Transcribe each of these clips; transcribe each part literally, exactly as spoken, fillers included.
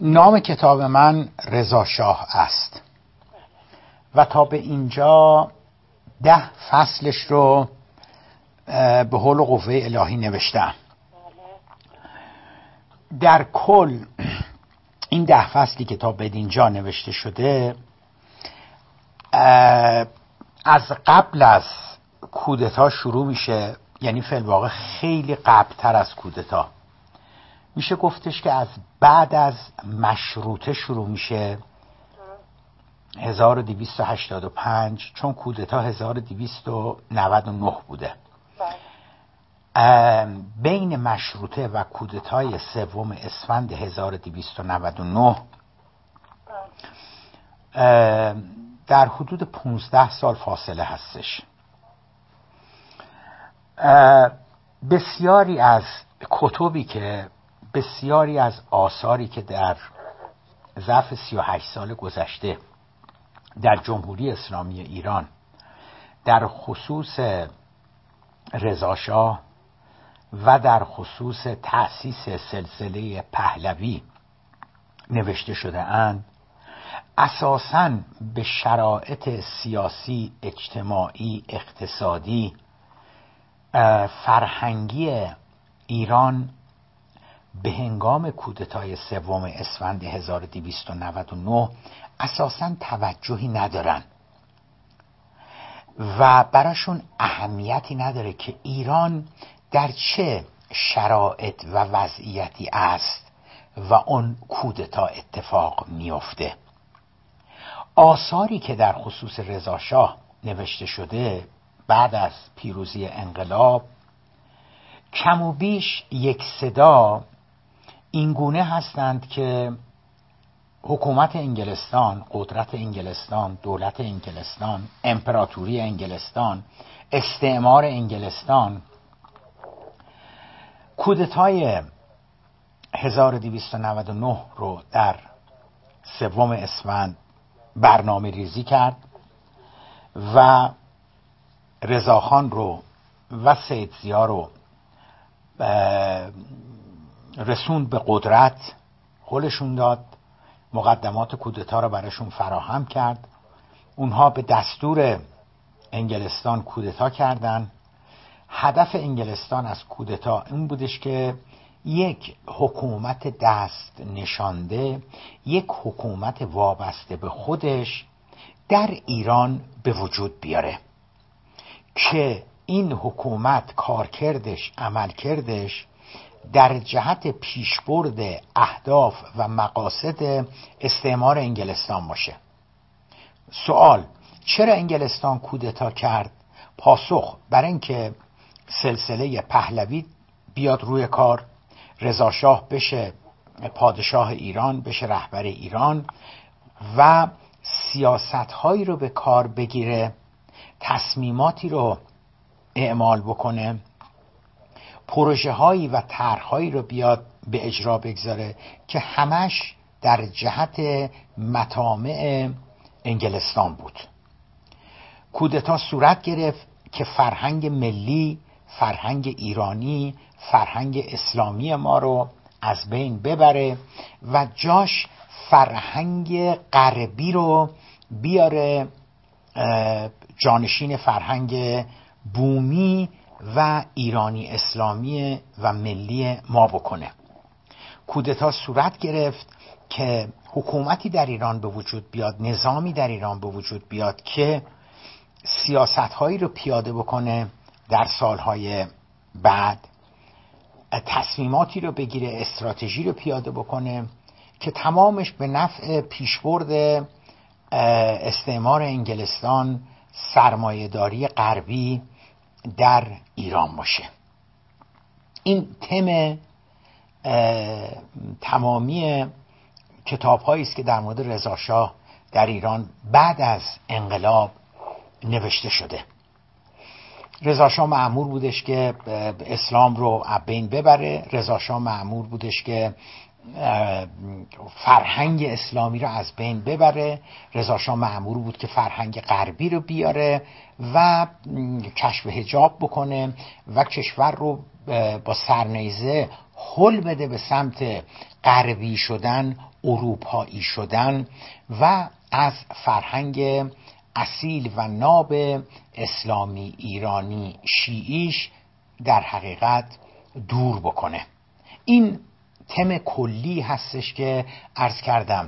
نام کتاب من رضا شاه است و تا به اینجا ده فصلش رو به حول و قوه الهی نوشتم. در کل این ده فصلی که تا به اینجا نوشته شده از قبل از کودتا شروع میشه، یعنی فی الواقع خیلی قبل تر از کودتا. میشه گفتش که از بعد از مشروطه شروع میشه، هزار و دویست و هشتاد و پنج، چون کودتا هزار و دویست و نود و نه بوده. بین مشروطه و کودتای سوم اسفند هزار و دویست و نود و نه در حدود پانزده سال فاصله هستش. بسیاری از کتبی که بسیاری از آثاری که در ظرف سی و هشت سال گذشته در جمهوری اسلامی ایران در خصوص رضا شاه و در خصوص تأسیس سلسله پهلوی نوشته شده اند، اساساً به شرایط سیاسی، اجتماعی، اقتصادی، فرهنگی ایران به هنگام کودتای سوم اسفند هزار و دویست و نود و نه اساساً توجهی ندارن و براشون اهمیتی نداره که ایران در چه شرایط و وضعیتی است و اون کودتا اتفاق میفته. آثاری که در خصوص رضا شاه نوشته شده بعد از پیروزی انقلاب کم و بیش یک صدا اینگونه هستند که حکومت انگلستان، قدرت انگلستان، دولت انگلستان، امپراتوری انگلستان، استعمار انگلستان کودتای هزار و دویست و نود و نه رو در سوم اسفند برنامه ریزی کرد و رضاخان رو و سید ضیا رو رسوند به قدرت، هلشون داد، مقدمات کودتا رو براشون فراهم کرد. اونها به دستور انگلستان کودتا کردن. هدف انگلستان از کودتا این بودش که یک حکومت دست نشانده، یک حکومت وابسته به خودش در ایران به وجود بیاره که این حکومت کارکردش، عملکردش در جهت پیشبرد اهداف و مقاصد استعمار انگلستان باشه. سوال: چرا انگلستان کودتا کرد؟ پاسخ: برای اینکه سلسله پهلوی بیاد روی کار، رضا شاه بشه پادشاه ایران، بشه رهبر ایران و سیاست‌هایی رو به کار بگیره، تصمیماتی رو اعمال بکنه، پروژه هایی و طرح‌هایی رو بیاد به اجرا بگذاره که همش در جهت مطامع انگلستان بود. کودتا صورت گرفت که فرهنگ ملی، فرهنگ ایرانی، فرهنگ اسلامی ما رو از بین ببره و جاش فرهنگ غربی رو بیاره جانشین فرهنگ بومی و ایرانی اسلامی و ملی ما بکنه. کودتا صورت گرفت که حکومتی در ایران به وجود بیاد، نظامی در ایران به وجود بیاد که سیاست‌هایی رو پیاده بکنه در سالهای بعد، تصمیماتی رو بگیره، استراتژی رو پیاده بکنه که تمامش به نفع پیشبرد استعمار انگلستان، سرمایه‌داری غربی در ایران باشه. این تم تمامی کتاب‌هایی است که در مورد رضا شاه در ایران بعد از انقلاب نوشته شده. رضا شاه مأمور بودش که اسلام رو از بین ببره، رضا شاه مأمور بودش که فرهنگ اسلامی رو از بین ببره، رضا شاه مأمور بود که فرهنگ غربی رو بیاره و کشف حجاب بکنه و کشور رو با سرنیزه هل بده به سمت غربی شدن، اروپایی شدن و از فرهنگ اصیل و ناب اسلامی ایرانی شیعیش در حقیقت دور بکنه. این تم کلی هستش که عرض کردم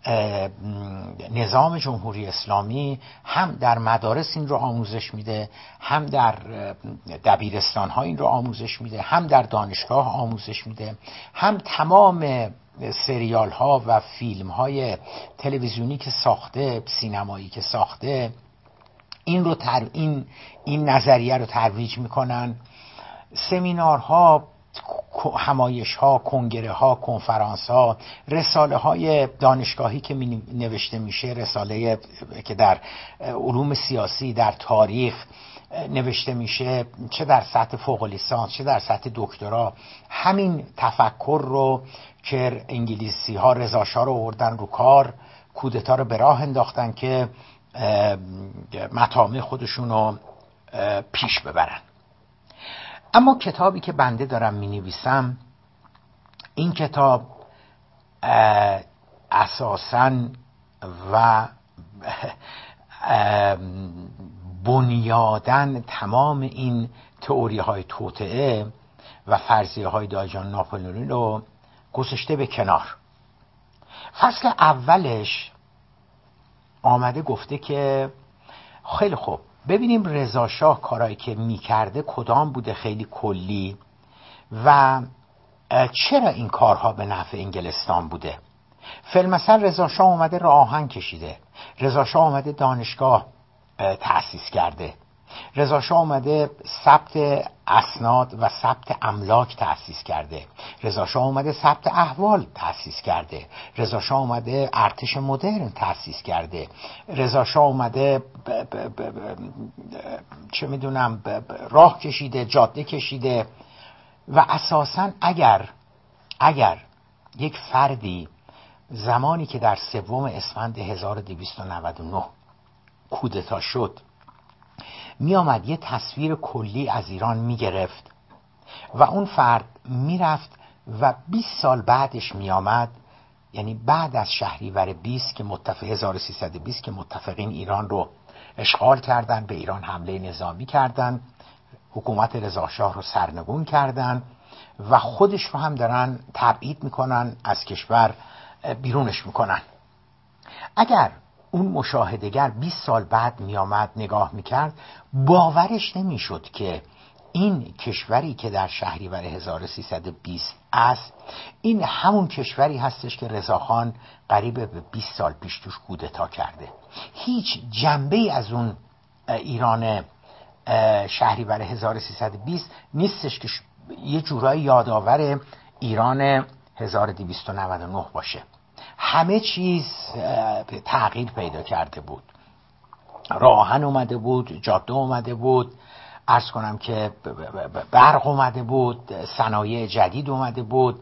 نظام جمهوری اسلامی هم در مدارس این رو آموزش میده، هم در دبیرستان ها این رو آموزش میده، هم در دانشگاه آموزش میده، هم تمام سریال ها و فیلم های تلویزیونی که ساخته، سینمایی که ساخته این رو تر این این نظریه رو ترویج میکنن. سمینارها، همایش ها، کنگره ها، کنفرانس ها، رساله های دانشگاهی که می نوشته میشه، رساله که در علوم سیاسی، در تاریخ نوشته میشه، چه در سطح فوق لیسانس چه در سطح دکترا، همین تفکر رو که انگلیسی ها رضا شاه رو آوردن رو کار، کودتا رو به راه انداختن که مطامع خودشون رو پیش ببرن. اما کتابی که بنده دارم می نویسم، این کتاب اساساً و بنیادن تمام این تئوری های توطئه و فرضیه های دایجان ناپلئونی رو گذاشته به کنار. فصل اولش آمده گفته که خیلی خوب ببینیم رضا شاه کارایی که میکرده کدام بوده خیلی کلی و چرا این کارها به نفع انگلستان بوده. فیلمثل رضا شاه اومده راه آهن کشیده، رضا شاه اومده دانشگاه تأسیس کرده، رضا شاه اومده ثبت اسناد و ثبت املاک تأسیس کرده، رضا شاه اومده ثبت احوال تأسیس کرده، رضا شاه اومده ارتش مدرن تأسیس کرده، رضا شاه اومده ب ب ب ب چه میدونم راه کشیده، جاده کشیده. و اساساً اگر اگر یک فردی زمانی که در سوم اسفند هزار و دویست و نود و نه کودتا شد می آمد یه تصویر کلی از ایران می گرفت و اون فرد می رفت و بیست سال بعدش می آمد، یعنی بعد از شهریور بیست که متفق هزار و سیصد و بیست که متفقین ایران رو اشغال کردن، به ایران حمله نظامی کردن، حکومت رضا شاه رو سرنگون کردن و خودش رو هم دارن تبعید میکنن، از کشور بیرونش میکنن. اگر اون مشاهدهگر بیست سال بعد میامد نگاه میکرد، باورش نمیشد که این کشوری که در شهریور هزار و سیصد و بیست است، این همون کشوری هستش که رضاخان قریب به بیست سال پیش توش کودتا کرده. هیچ جنبه‌ای از اون ایران شهریور هزار و سیصد و بیست نیستش که یه جورایی یادآور ایران هزار و دویست و نود و نه باشه. همه چیز تغییر پیدا کرده بود، راه آهن اومده بود، جاده اومده بود، عرض کنم که برق اومده بود، صنایع جدید اومده بود،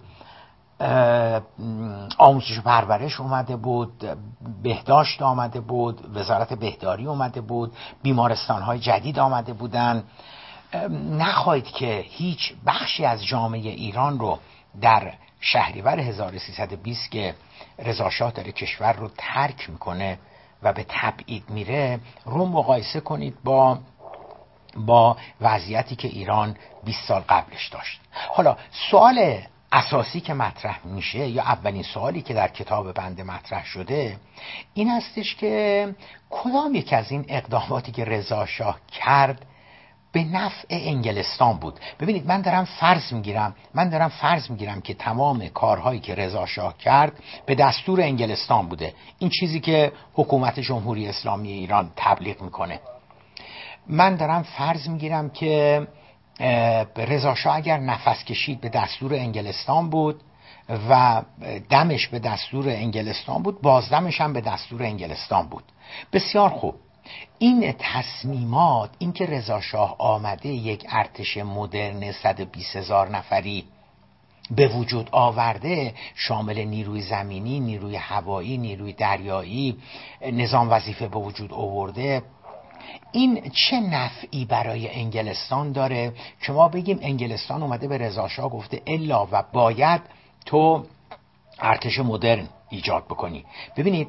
آموزش و پرورش اومده بود، بهداشت آمده بود، وزارت بهداری اومده بود، بیمارستان‌های جدید آمده بودن. نخواهید که هیچ بخشی از جامعه ایران رو در شهریور هزار و سیصد و بیست که رضا شاه داره کشور رو ترک میکنه و به تبعید میره رو مقایسه کنید با با وضعیتی که ایران بیست سال قبلش داشت. حالا سوال اساسی که مطرح میشه، یا اولین سوالی که در کتاب بنده مطرح شده، این هستش که کدام یک از این اقداماتی که رضا شاه کرد به نفع انگلستان بود. ببینید من دارم فرض میگیرم من دارم فرض میگیرم که تمام کارهایی که رضا شاه کرد به دستور انگلستان بوده. این چیزی که حکومت جمهوری اسلامی ایران تبلیغ میکنه. من دارم فرض میگیرم که رضا شاه اگر نفس کشید به دستور انگلستان بود و دمش به دستور انگلستان بود، بازدمش هم به دستور انگلستان بود. بسیار خوب. این تصمیمات، این که رضا شاه آمده یک ارتش مدرن صد و بیست هزار نفری به وجود آورده، شامل نیروی زمینی، نیروی هوایی، نیروی دریایی، نظام وظیفه به وجود آورده، این چه نفعی برای انگلستان داره که ما بگیم انگلستان اومده به رضا شاه گفته الا و باید تو ارتش مدرن ایجاد بکنی. ببینید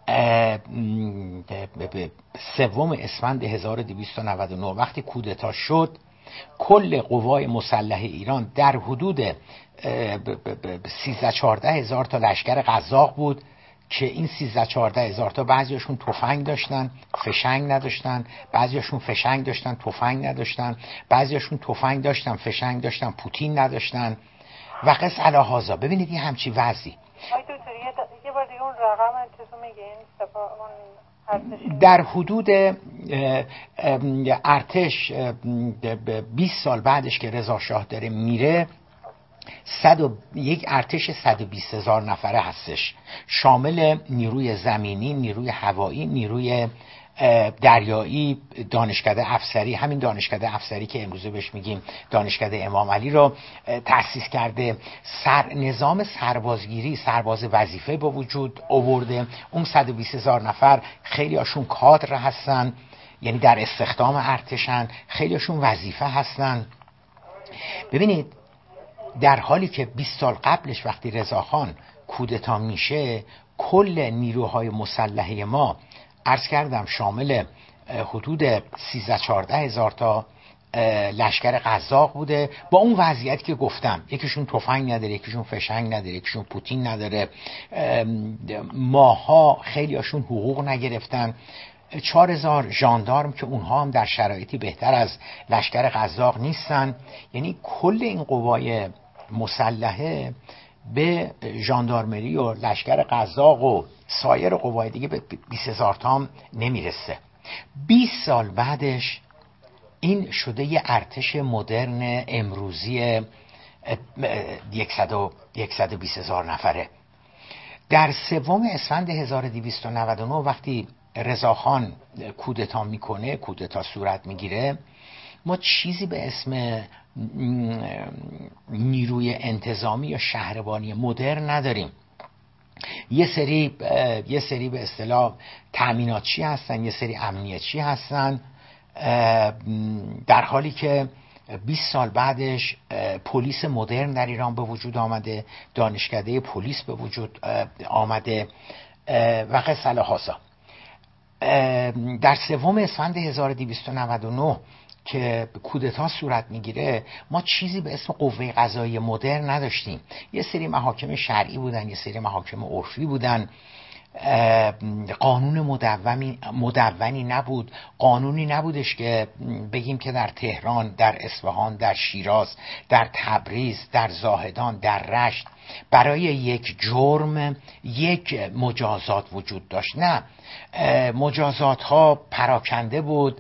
سوم اسفند هزار و دویست و نود و نه وقتی کودتا شد، کل قوای مسلح ایران در حدود سیزده چهارده هزار تا لشکر قزاق بود که این سیزده چهارده هزار تا بعضیاشون تفنگ داشتن فشنگ نداشتن، بعضیاشون فشنگ داشتن تفنگ نداشتن، بعضیاشون تفنگ داشتن فشنگ داشتن پوتین نداشتن و قص الهازا. ببینید این همچی وضعی. یه بار دیگه اون رقم چیزو میگین سپاه در حدود ارتش بیست سال بعدش که رضا شاه داره میره، صد و یک ارتش صد و بیست هزار نفره هستش، شامل نیروی زمینی، نیروی هوایی، نیروی دریایی، دانشکده افسری. همین دانشکده افسری که امروزه بهش میگیم دانشکده امام علی رو تأسیس کرده، سر نظام سربازگیری، سرباز وظیفه با وجود آورده. اون صد و بیست هزار نفر خیلی هاشون کادر هستن، یعنی در استخدام ارتشن، خیلی هاشون وظیفه هستن. ببینید در حالی که بیست سال قبلش وقتی رضاخان کودتا میشه، کل نیروهای مسلحه ما عرض کردم شامل حدود سیزده چهارده هزار تا لشکر قزاق بوده، با اون وضعیتی که گفتم، یکیشون تفنگ نداره، یکیشون فشنگ نداره، یکیشون پوتین نداره، ماها خیلی هاشون حقوق نگرفتن، چهار هزار ژاندارم که اونها هم در شرایطی بهتر از لشکر قزاق نیستن. یعنی کل این قوای مسلحه به ژاندارمری و لشکر قزاق و سایر قوای دیگه به بیست هزار تا نمیرسه. بیست سال بعدش این شده یه ارتش مدرن امروزی صد و بیست هزار نفره. در سوم اسفند هزار و دویست و نود و نه وقتی رضاخان کودتا میکنه، کودتا صورت میگیره، ما چیزی به اسم نیروی انتظامی یا شهربانی مدرن نداریم. یه سری یه سری به اصطلاح تأمیناتچی هستن، یه سری امنیتچی هستن، در حالی که بیست سال بعدش پلیس مدرن در ایران به وجود آمده، دانشکده پلیس به وجود آمده و قصه الهازا. در سوم اسفند هزار و دویست و نود و نه که کودتا صورت میگیره، ما چیزی به اسم قوه قضاییه مدرن نداشتیم. یه سری محاکم شرعی بودن، یه سری محاکم عرفی بودن، قانون مدونی مدونی نبود، قانونی نبودش که بگیم که در تهران، در اصفهان، در شیراز، در تبریز، در زاهدان، در رشت برای یک جرم یک مجازات وجود داشت. نه، مجازات ها پراکنده بود.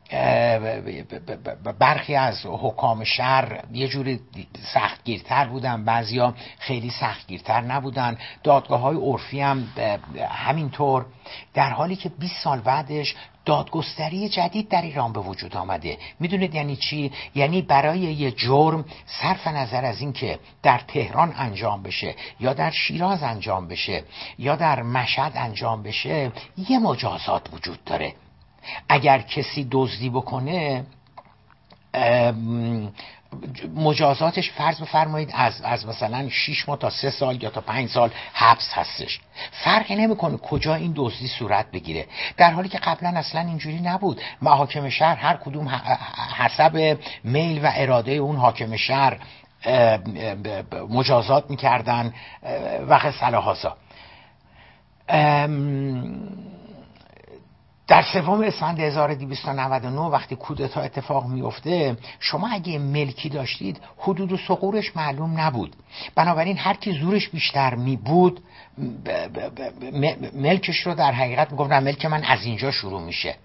برخی از حکام شهر یه جوری سختگیرتر بودن، بعضیا خیلی سختگیرتر نبودن، دادگاه های عرفی هم همینطور. در حالی که بیست سال بعدش دادگستری جدید در ایران به وجود آمده. میدونید یعنی چی؟ یعنی برای یه جرم صرف نظر از این که در تهران انجام بشه یا در شیراز انجام بشه یا در مشهد انجام بشه، یه مجازات وجود داره. اگر کسی دزدی بکنه، مجازاتش فرض بفرمایید از از مثلا شش ماه تا سه سال یا تا پنج سال حبس هستش. فرقی نمیکنه کجا این دزدی صورت بگیره، در حالی که قبلا اصلا اینجوری نبود. محاکم شهر هر کدوم حسب میل و اراده اون حاکم شهر مجازات میکردن و قصه الهازا. در سوم اسفند هزار و دویست و نود و نه وقتی کودتا اتفاق میفته، شما اگه ملکی داشتید حدود و ثغورش معلوم نبود، بنابراین هر کی زورش بیشتر می بود ملکش رو در حقیقت میگفتن ملک من از اینجا شروع میشه.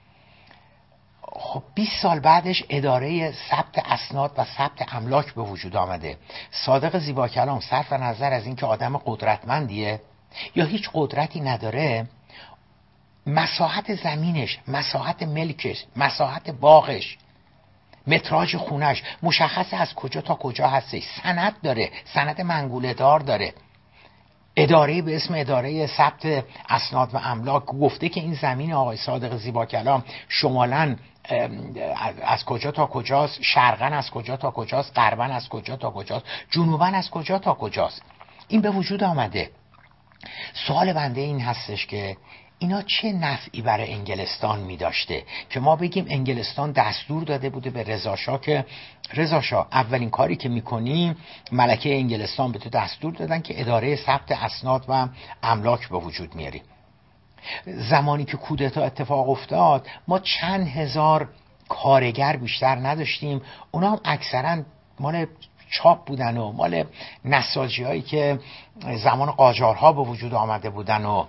خب بیست سال بعدش اداره ثبت اسناد و ثبت املاک به وجود آمده. صادق زیباکلام صرف نظر از اینکه آدم قدرتمندیه یا هیچ قدرتی نداره، مساحت زمینش، مساحت ملکش، مساحت باغش، متراژ خونش مشخصه از کجا تا کجا هستش، سند داره، سند منگوله دار داره. اداره به اسم اداره ثبت اسناد و املاک گفته که این زمین آقای صادق زیباکلام شمالاً از کجا تا کجاست، شرقاً از کجا تا کجاست، غرباً از کجا تا کجاست، جنوباً از کجا تا کجاست. این به وجود آمده. سوال بنده این هستش که اینا چه نفعی برای انگلستان می داشته که ما بگیم انگلستان دستور داده بوده به رضا شاه که رضا شاه اولین کاری که میکنی ملکه انگلستان به تو دستور دادن که اداره ثبت اسناد و املاک به وجود میاری. زمانی که کودتا اتفاق افتاد ما چند هزار کارگر بیشتر نداشتیم، اونا هم اکثرا مال چاپ بودن و مال نساجی هایی که زمان قاجارها به وجود آمده بودن و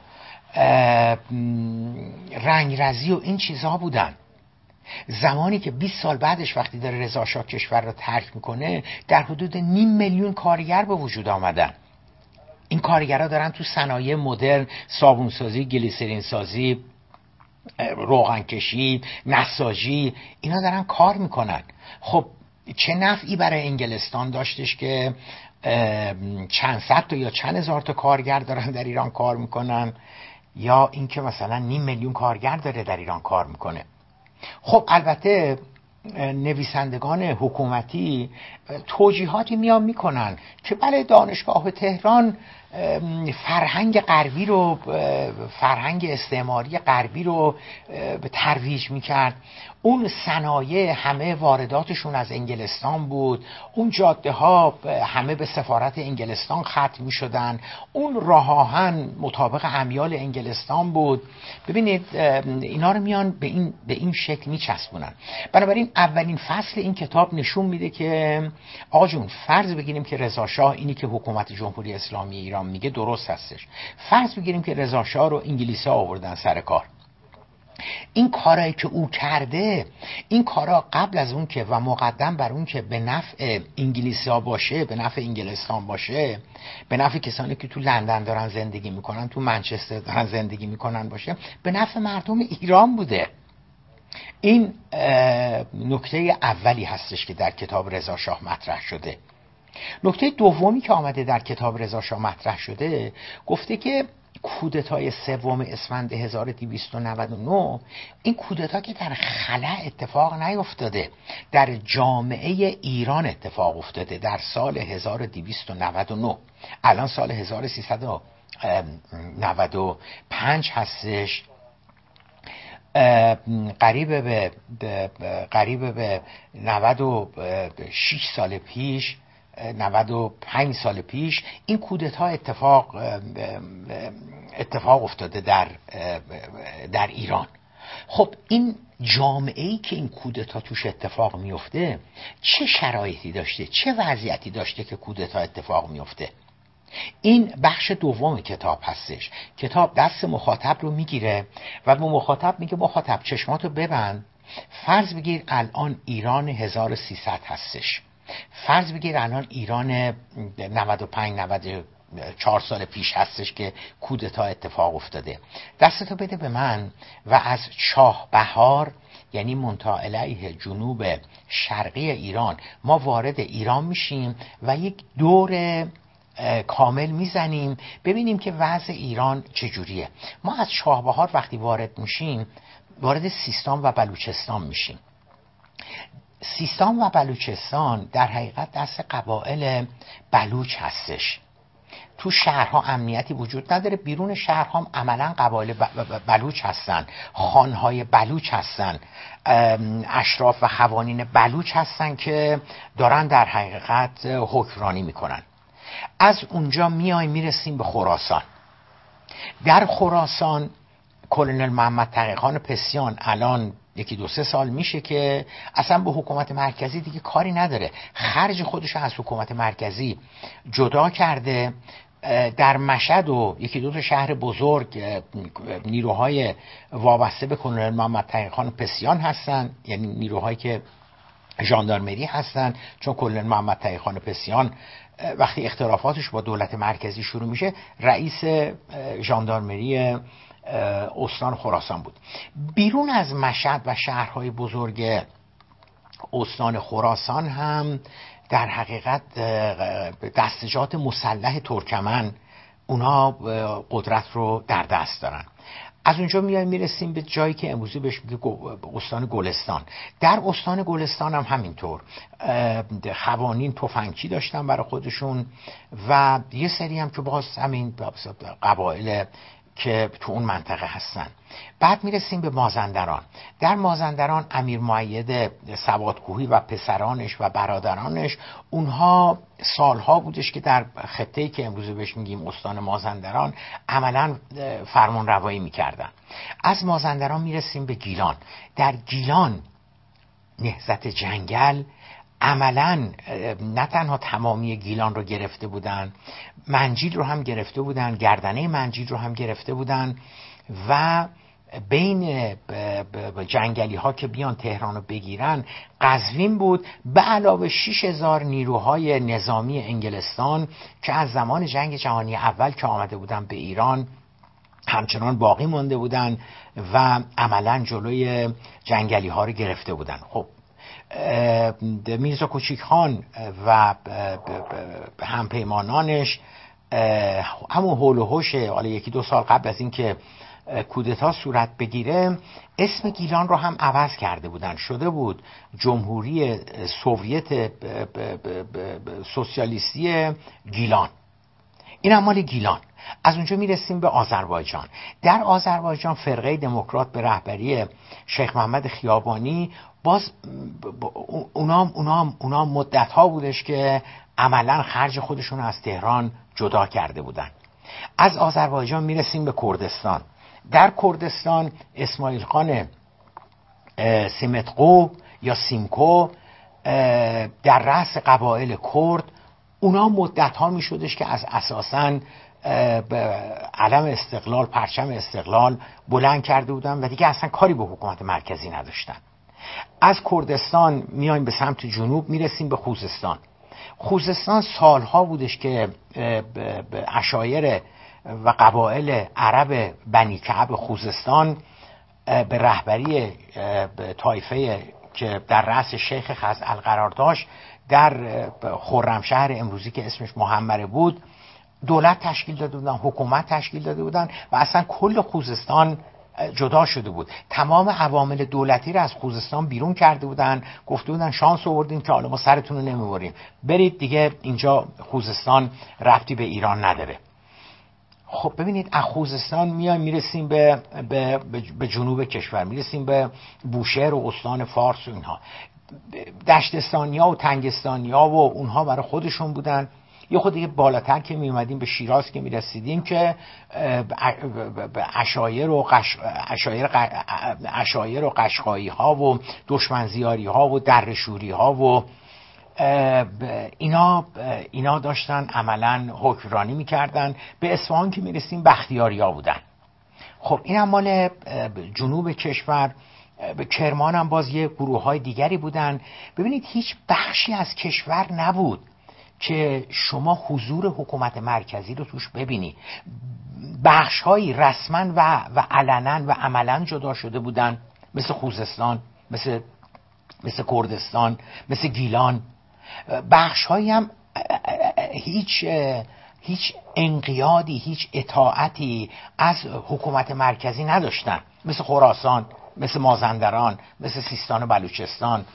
رنگرزی و این چیزها بودن. زمانی که بیست سال بعدش وقتی داره رضا شاه کشور رو ترک میکنه در حدود نیم میلیون کارگر به وجود آمدن. این کارگرها دارن تو صنایع مدرن، صابونسازی، گلیسرین سازی، روغن کشی، نساجی، اینا دارن کار میکنن. خب چه نفعی برای انگلستان داشتش که چند صد تا یا چند هزار تا کارگر دارن در ایران کار میکنن، یا اینکه مثلا نیم میلیون کارگر داره در ایران کار میکنه؟ خب البته نویسندگان حکومتی توجیهاتی میان میکنن که بله دانشگاه تهران فرهنگ غربی رو، فرهنگ استعماری غربی رو ترویج میکرد، اون صنایع همه وارداتشون از انگلستان بود، اون جاده ها همه به سفارت انگلستان ختم میشدن، اون راه آهن مطابق امیال انگلستان بود. ببینید اینا رو میان به این به این شکل میچسبونن. بنابراین اولین فصل این کتاب نشون میده که آقا جون فرض بگیریم که رضا شاه اینی که حکومت جمهوری اسلامی ایران میگه درست هستش، فرض بگیریم که رضا شاه رو انگلیس‌ها آوردن سر کار، این کارایی که او کرده، این کارا قبل از اون که و مقدم بر اون که به نفع انگلیس‌ها باشه، به نفع انگلستان باشه، به نفع کسانی که تو لندن دارن زندگی میکنن، تو منچستر دارن زندگی میکنن باشه، به نفع مردم ایران بوده. این نکته اولی هستش که در کتاب رضا شاه مطرح شده. نکته دومی که آمده در کتاب رضا شاه مطرح شده، گفته که کودتای سوم اسفند هزار و دویست و نود و نه، این کودتا که در خلا اتفاق نیفتاده، در جامعه ایران اتفاق افتاده در سال هزار و دویست و نود و نه. الان سال هزار و سیصد و نود و پنج هستش، قریب به قریب به نود و شش سال پیش، نود و پنج سال پیش این کودتا اتفاق اتفاق افتاده در در ایران. خب این جامعه‌ای که این کودتا توش اتفاق میفته چه شرایطی داشته، چه وضعیتی داشته که کودتا اتفاق میفته؟ این بخش دوم کتاب هستش. کتاب دست مخاطب رو میگیره و به مخاطب میگه مخاطب چشماتو ببند، فرض بگیر الان ایران هزار و سیصد هستش، فرض بگیر الان ایران نود و پنج نود و چهار سال پیش هستش که کودتا اتفاق افتاده. دستتو بده به من و از چاه بهار، یعنی منطقه علیه جنوب شرقی ایران، ما وارد ایران میشیم و یک دور کامل میزنیم ببینیم که وضع ایران چجوریه. ما از چاه بهار وقتی وارد میشیم وارد سیستان و بلوچستان میشیم. سیستان و بلوچستان در حقیقت دست قبایل بلوچ هستش. تو شهرها امنیتی وجود نداره، بیرون شهرها هم عملا قبایل بلوچ هستن، خانهای بلوچ هستن، اشراف و خوانین بلوچ هستن که دارن در حقیقت حکمرانی میکنن. از اونجا میایم میرسیم به خراسان. در خراسان کلونل محمد تقی‌خان پسیان الان یکی دو سه سال میشه که اصلا به حکومت مرکزی دیگه کاری نداره، خرج خودش از حکومت مرکزی جدا کرده. در مشهد و یکی دو تا شهر بزرگ نیروهای وابسته به کلونل محمد تقی‌خان پسیان هستن، یعنی نیروهایی که ژاندارمری هستن، چون کلونل محمد تقی‌خان پسیان وقتی اختلافاتش با دولت مرکزی شروع میشه رئیس ژاندارمری استان خراسان بود. بیرون از مشهد و شهرهای بزرگ استان خراسان هم در حقیقت دستجات مسلح ترکمن اونا قدرت رو در دست دارن. از اونجا میایم میرسیم به جایی که امروزی بهش میگه استان گلستان. در استان گلستان هم همینطور خوانین تفنگچی داشتن برای خودشون و یه سری هم که باز همین قبایل که تو اون منطقه هستن. بعد میرسیم به مازندران. در مازندران امیر مؤید سوادکوهی و پسرانش و برادرانش، اونها سالها بودش که در خطه‌ای که امروز بهش میگیم استان مازندران عملا فرمان روایی میکردن. از مازندران میرسیم به گیلان. در گیلان نهضت جنگل عملا نه تنها تمامی گیلان رو گرفته بودن، منجیل رو هم گرفته بودن، گردنه منجیل رو هم گرفته بودن و بین جنگلی ها که بیان تهران رو بگیرن قزوین بود، به علاوه شش هزار نیروهای نظامی انگلستان که از زمان جنگ جهانی اول که آمده بودن به ایران همچنان باقی مانده بودن و عملا جلوی جنگلی ها رو گرفته بودن. خب میرزا کوچیک خان و همپیمانانش همون هول و هوش حالا یکی دو سال قبل از این که کودتا صورت بگیره اسم گیلان رو هم عوض کرده بودن، شده بود جمهوری سوویت سوسیالیستی گیلان. این هم مال گیلان. از اونجا میرسیم به آذربایجان. در آذربایجان فرقه دموکرات به رهبری شیخ محمد خیابانی، باز اونام اونام اونام مدت ها بودش که عملا خرج خودشون از تهران جدا کرده بودن. از آذربایجان میرسیم به کردستان. در کردستان اسماعیل خان سیمتقو یا سیمکو در رأس قبایل کرد، اونا مدت ها می شدش که از اساساً علم استقلال، پرچم استقلال بلند کرده بودن و دیگه اصلا کاری به حکومت مرکزی نداشتن. از کردستان میایم به سمت جنوب میرسیم به خوزستان. خوزستان سالها بودش که عشایر و قبایل عرب بنی کعب خوزستان به رهبری طایفه که در رأس شیخ خزعل قرار داشت در خرمشهر امروزی که اسمش محمره بود دولت تشکیل داده بودن، حکومت تشکیل داده بودن و اصلا کل خوزستان جدا شده بود. تمام عوامل دولتی رو از خوزستان بیرون کرده بودن، گفته بودن شانس آوردین که حالا ما سرتون رو نمیبریم، برید دیگه، اینجا خوزستان ربطی به ایران نداره. خب ببینید از خوزستان میایم میرسیم به, به, به جنوب کشور، میرسیم به بوشهر و استان فارس و اینها. دشتستانیا و تنگستانیا و اونها برای خودشون بودن. یه خود دیگه بالاتر که می اومدیم به شیراز که می رسیدیم که عشایر و قش... عشایر ق... عشایر و قشقایی ها و دشمنزیاری ها و درشوری ها و اینا اینا داشتن عملا حکمرانی میکردن. به اصفهان که می رسیم بختیاری ها بودن. خب این هم مال جنوب کشور. به کرمان هم باز یه گروه های دیگری بودن. ببینید هیچ بخشی از کشور نبود که شما حضور حکومت مرکزی رو توش ببینی. بخش هایی رسما و و علنا و عملا جدا شده بودن، مثل خوزستان، مثل مثل کردستان، مثل گیلان. بخش هایی هم هیچ هیچ انقیادی، هیچ اطاعتی از حکومت مرکزی نداشتن، مثل خراسان، مثل مازندران، مثل سیستان و بلوچستان.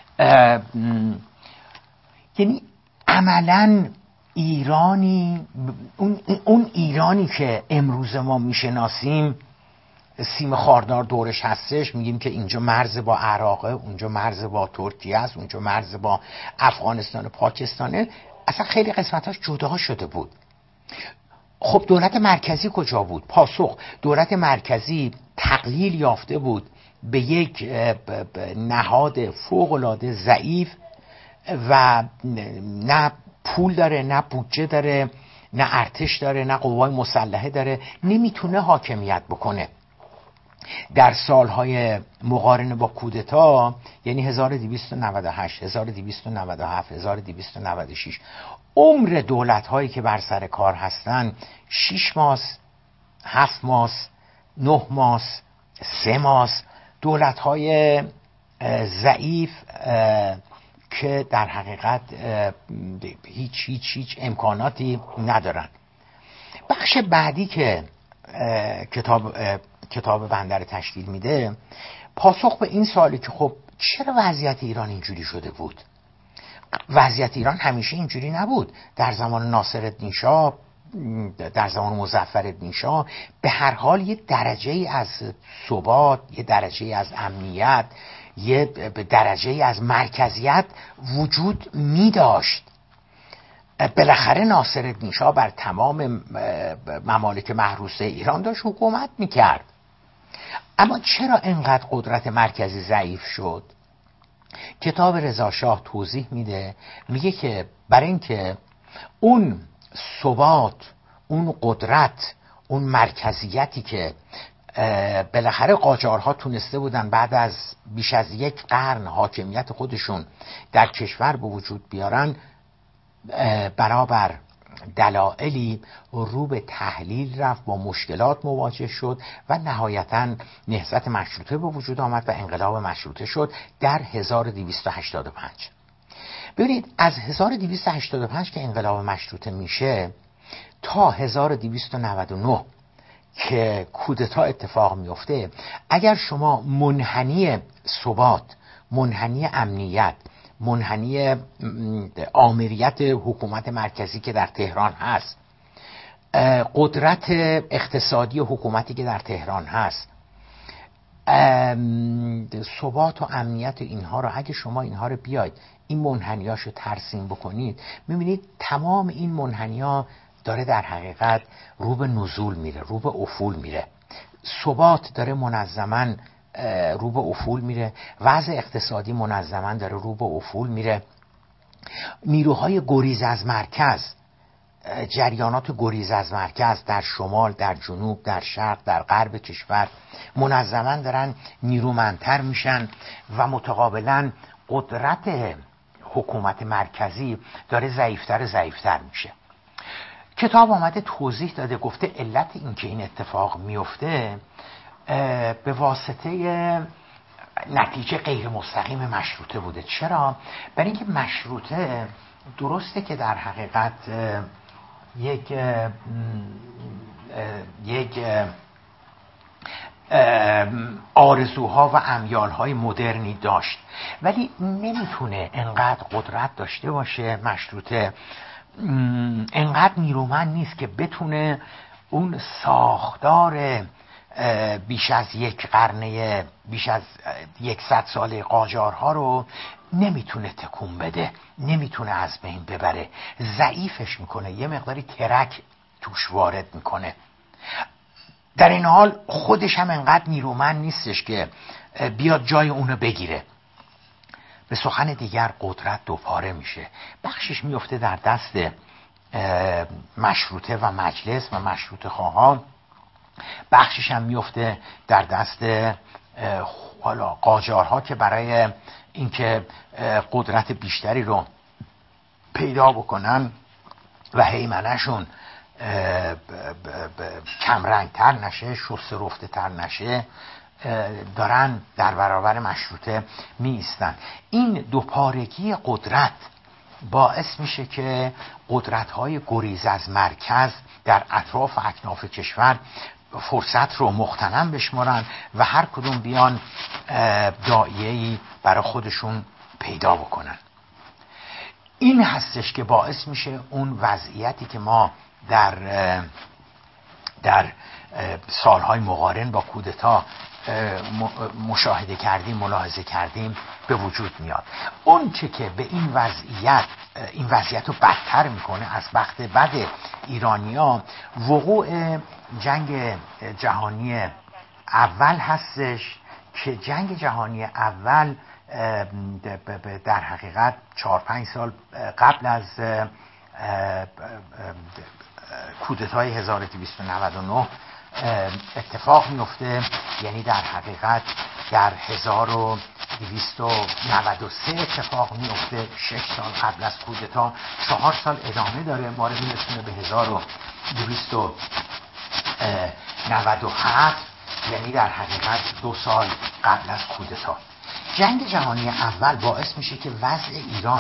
یعنی عملا ایرانی، اون, اون ایرانی که امروز ما میشناسیم، سیم خاردار دورش هستش، میگیم که اینجا مرز با عراقه، اونجا مرز با ترکیه است، اونجا مرز با افغانستان و پاکستانه، اصلا خیلی قسمتاش جدا شده بود. خب دولت مرکزی کجا بود؟ پاسخ: دولت مرکزی تقلیل یافته بود به یک نهاد فوق‌العاده ضعیف و نه پول داره، نه بودجه داره، نه ارتش داره، نه قوای مسلحه داره، نمیتونه حاکمیت بکنه. در سالهای مقارن با کودتا، یعنی هزار و دویست و نود و هشت، هزار و دویست و نود و هفت، هزار و دویست و نود و شش، عمر دولت‌هایی که بر سر کار هستن شش ماه، هفت ماه، نه ماه، سه ماه، دولت‌های ضعیف که در حقیقت هیچ هیچ هیچ امکاناتی ندارن. بخش بعدی که کتاب کتاب بندر تشکیل میده، پاسخ به این سوالی که خب چرا وضعیت ایران اینجوری شده بود؟ وضعیت ایران همیشه اینجوری نبود. در زمان ناصرالدین شاه، در زمان مظفرالدین شاه، به هر حال یه درجه ای از ثبات، یه درجه ای از امنیت، یه درجه ای از مرکزیت وجود می داشت. بالاخره ناصرالدین شاه بر تمام ممالک محروسه ایران داشت حکومت میکرد. اما چرا اینقدر قدرت مرکزی ضعیف شد؟ کتاب رضا شاه توضیح میده، میگه که برای اینکه اون ثبات، اون قدرت، اون مرکزیتی که بالاخره قاجارها تونسته بودن بعد از بیش از یک قرن حاکمیت خودشون در کشور به وجود بیارن، برابر دلایلی رو به تحلیل رفت، با مشکلات مواجه شد و نهایتاً نهضت مشروطه به وجود آمد و انقلاب مشروطه شد در هزار و دویست و هشتاد و پنج. ببینید از هزار و دویست و هشتاد و پنج که انقلاب مشروطه میشه تا هزار و دویست و نود و نه که کودتا اتفاق میفته، اگر شما منحنی ثبات، منحنی امنیت، منحنی آمریت حکومت مرکزی که در تهران هست، قدرت اقتصادی حکومتی که در تهران هست، ثبات و امنیت اینها رو، اگه شما اینها رو بیاید این منحنیاشو ترسیم بکنید، میبینید تمام این منحنی‌ها داره در حقیقت رو به نزول میره، رو به افول میره. ثبات داره منظماً رو به افول میره، وضع اقتصادی منظماً داره رو به افول میره. نیروهای گریز از مرکز، جریانات گریز از مرکز در شمال، در جنوب، در شرق، در غرب کشور منظماً دارن نیرومندتر میشن و متقابلاً قدرت حکومت مرکزی داره ضعیفتر ضعیفتر میشه. کتاب آمده توضیح داده، گفته علت این که این اتفاق میفته به واسطه نتیجه غیر مستقیم مشروطه بوده. چرا؟ برای اینکه مشروطه درسته که در حقیقت یک یک آرزوها و امیالهای مدرنی داشت، ولی نمیتونه انقدر قدرت داشته باشه. مشروطه انقدر نیرومند نیست که بتونه اون ساختار بیش از یک قرنه، بیش از یکصد ساله قاجارها رو نمیتونه تکون بده، نمیتونه از بین ببره، ضعیفش میکنه، یه مقداری ترک توش وارد میکنه. در این حال خودش هم انقدر نیرومند نیستش که بیاد جای اونو بگیره. به سخن دیگر قدرت دوپاره میشه، بخشش میفته در دست مشروطه و مجلس و مشروطه خواهان، بخشش هم میفته در دست حالا قاجارها که برای اینکه قدرت بیشتری رو پیدا بکنن و هیمنه‌شون کمرنگتر نشه، شسته رفته تر نشه، دارن در برابر مشروطه می ایستن. این دوپارگی قدرت باعث میشه که قدرت‌های گریز از مرکز در اطراف و اکناف کشور فرصت رو مغتنم بشمارن و هر کدوم بیان داعیه‌ای برای خودشون پیدا بکنن. این هستش که باعث میشه اون وضعیتی که ما در در سالهای مقارن با کودتا مشاهده کردیم، ملاحظه کردیم به وجود میاد. اون چه که به این وضعیت این وضعیت رو بدتر میکنه از بخت بد ایرانی‌ها، وقوع جنگ جهانی اول هستش که جنگ جهانی اول در حقیقت چهار پنج سال قبل از کودتای هزار و دویست و نود و نه اتفاق میفته. یعنی در حقیقت در هزار و دویست و نود و سه اتفاق میفته، شش سال قبل از کودتا، چهار سال ادامه داره، ما رو میرسونه به هزار و دویست و نود و هفت، یعنی در حقیقت دو سال قبل از کودتا. جنگ جهانی اول باعث میشه که وضع ایران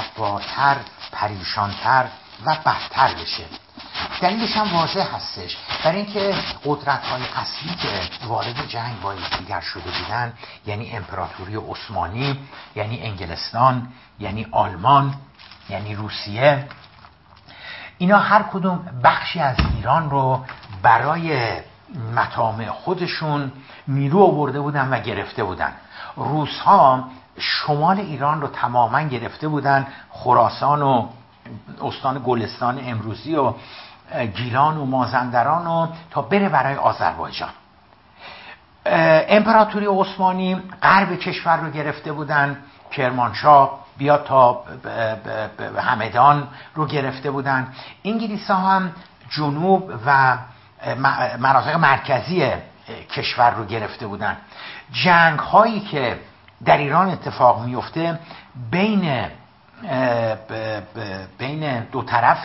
فلاکت‌بارتر، پریشانتر و بدتر بشه. دلیلش هم واضح هستش. برای اینکه قدرت‌های اصلی که وارد جنگ با یکدیگر شده بودن، یعنی امپراتوری عثمانی، یعنی انگلستان، یعنی آلمان، یعنی روسیه، اینا هر کدوم بخشی از ایران رو برای مطامع خودشون نیرو آورده بودن و گرفته بودن. روس‌ها شمال ایران رو تماما گرفته بودن، خراسان و استان گلستان امروزی و گیلان و مازندران و تا بره برای آذربایجان. امپراتوری عثمانی غرب کشور رو گرفته بودن، کرمانشاه بیا تا همدان رو گرفته بودن. انگلیس‌ها هم جنوب و مناطق مرکزی کشور رو گرفته بودن. جنگ هایی که در ایران اتفاق میفته بین بین دو طرف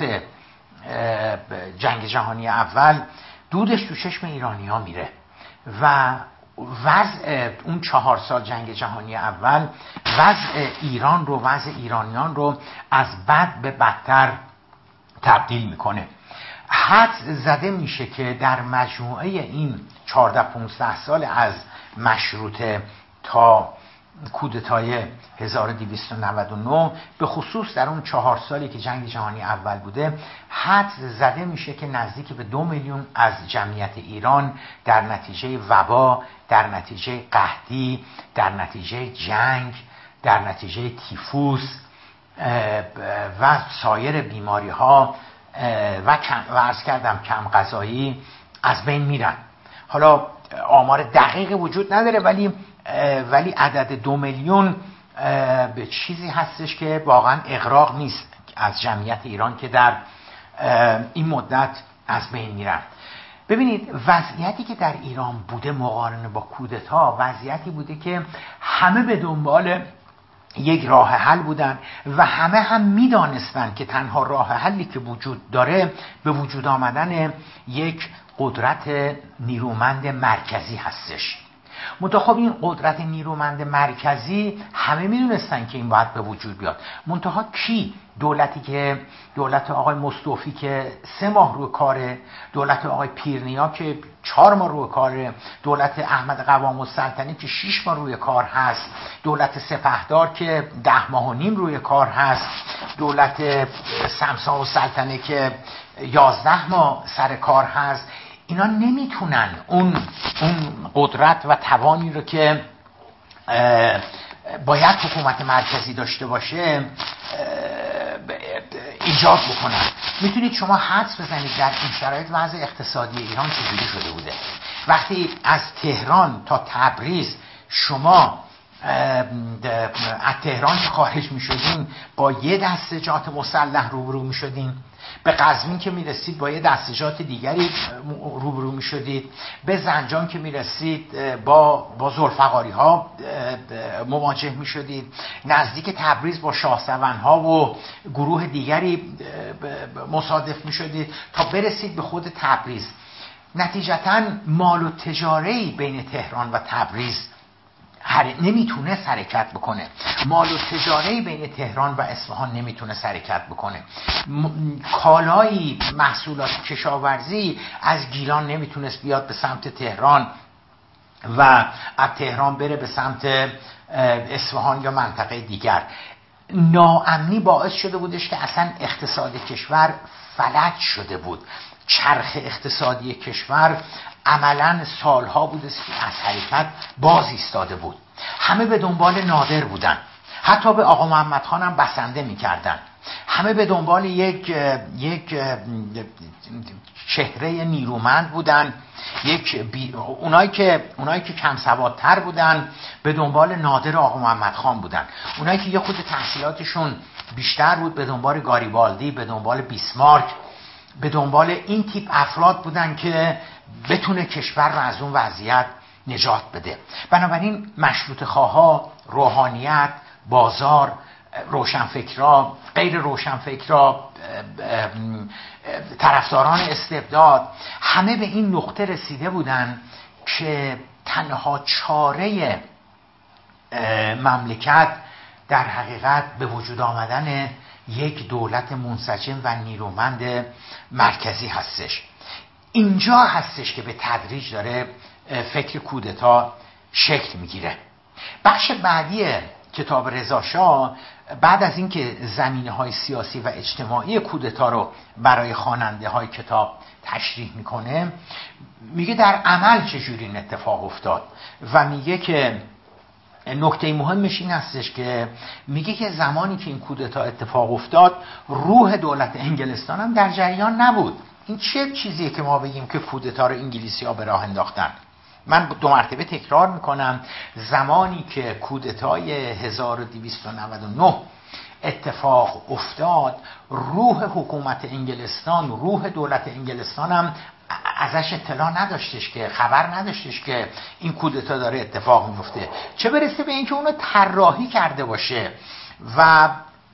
جنگ جهانی اول دودش تو چشم ایرانی ها میره و وضع اون چهار سال جنگ جهانی اول وضع ایران رو، وضع ایرانیان رو از بد به بدتر تبدیل میکنه. حدس زده میشه که در مجموعه این چهارده پانزده سال از مشروطه تا کودتای هزار و دویست و نود و نه، به خصوص در اون چهار سالی که جنگ جهانی اول بوده، حدس زده میشه که نزدیک به دو میلیون از جمعیت ایران در نتیجه وبا، در نتیجه قحطی، در نتیجه جنگ، در نتیجه تیفوس و سایر بیماری ها و و عرض کردم کم غذایی از بین میرن. حالا آمار دقیق وجود نداره، ولی ولی عدد دو میلیون به چیزی هستش که واقعا اغراق نیست از جمعیت ایران که در این مدت از بین میرن. ببینید وضعیتی که در ایران بوده مقارنه با کودتا وضعیتی بوده که همه به دنبال یک راه حل بودن و همه هم میدانستن که تنها راه حلی که وجود داره به وجود آمدن یک قدرت نیرومند مرکزی هستش. منتها خب این قدرت نیرومند مرکزی همه میدونستن که این باید به وجود بیاد. منتها کی؟ دولتی که دولت آقای مصطفی که سه ماه روی کاره، دولت آقای پیرنیا که چهار ماه روی کاره، دولت احمد قوام السلطنه که شش ماه روی کار هست، دولت سپهدار که ده ماه و نیم روی کار هست، دولت سمسا السلطنه که یازده ماه سر کار هست. اینا نمیتونن اون اون قدرت و توانی رو که باید حکومت مرکزی داشته باشه ایجاد بکنن. میتونید شما حدس بزنید در این شرایط وضع اقتصادی ایران چجوری شده بوده. وقتی از تهران تا تبریز شما از تهران که خارج می شدین با یه دسته جات مسلح روبرو می شدین، به قزوین که می رسید با یه دسته جات دیگری روبرو می شدید، به زنجان که می رسید با, با ذوالفقاری ها مواجه می شدید، نزدیک تبریز با شاهسون ها و گروه دیگری مصادف می شدید تا برسید به خود تبریز. نتیجتاً مال و تجاری بین تهران و تبریز نمیتونه حرکت بکنه. مال و تجاری بین تهران و اصفهان نمیتونه حرکت بکنه. کالایی محصولات کشاورزی از گیلان نمیتونست بیاد به سمت تهران و از تهران بره به سمت اصفهان یا منطقه دیگر. ناامنی باعث شده بودش که اصلا اقتصاد کشور فلج شده بود. چرخ اقتصادی کشور عملاً سالها بوده که از حرکت باز ایستاده بود. همه به دنبال نادر بودن، حتی به آقا محمد خان هم بسنده می‌کردن. همه به دنبال یک یک چهره نیرومند بودن، یک بی... اونایی که اونایی که کم سوادتر بودن به دنبال نادر آقا محمد خان بودن. اونایی که یه خود تحصیلاتشون بیشتر بود به دنبال گاریبالدی، به دنبال بیسمارک، به دنبال این تیپ افراد بودن که بتونه کشور رو از اون وضعیت نجات بده. بنابراین مشروطه خواها، روحانیت، بازار، روشنفکرا، غیر روشنفکرا، طرفداران استبداد، همه به این نقطه رسیده بودن که تنها چاره مملکت در حقیقت به وجود آمدن یک دولت منسجم و نیرومند مرکزی هستش. اینجا هستش که به تدریج داره فکر کودتا شکل میگیره. بخش بعدی کتاب رضا شاه بعد از اینکه زمینه‌های سیاسی و اجتماعی کودتا رو برای خواننده های کتاب تشریح میکنه، میگه در عمل چجوری این اتفاق افتاد و میگه که نکته مهمش این هستش که میگه که زمانی که این کودتا اتفاق افتاد روح دولت انگلستان هم در جریان نبود. این چه چیزیه که ما بگیم که کودتا رو انگلیسی ها به راه انداختن؟ من دو مرتبه تکرار میکنم، زمانی که کودتای هزار و دویست و نود و نه اتفاق افتاد روح حکومت انگلستان، روح دولت انگلستان هم ازش اطلاع نداشتش، که خبر نداشتش که این کودتا داره اتفاق میفته، چه برسه به اینکه اونو طراحی کرده باشه. و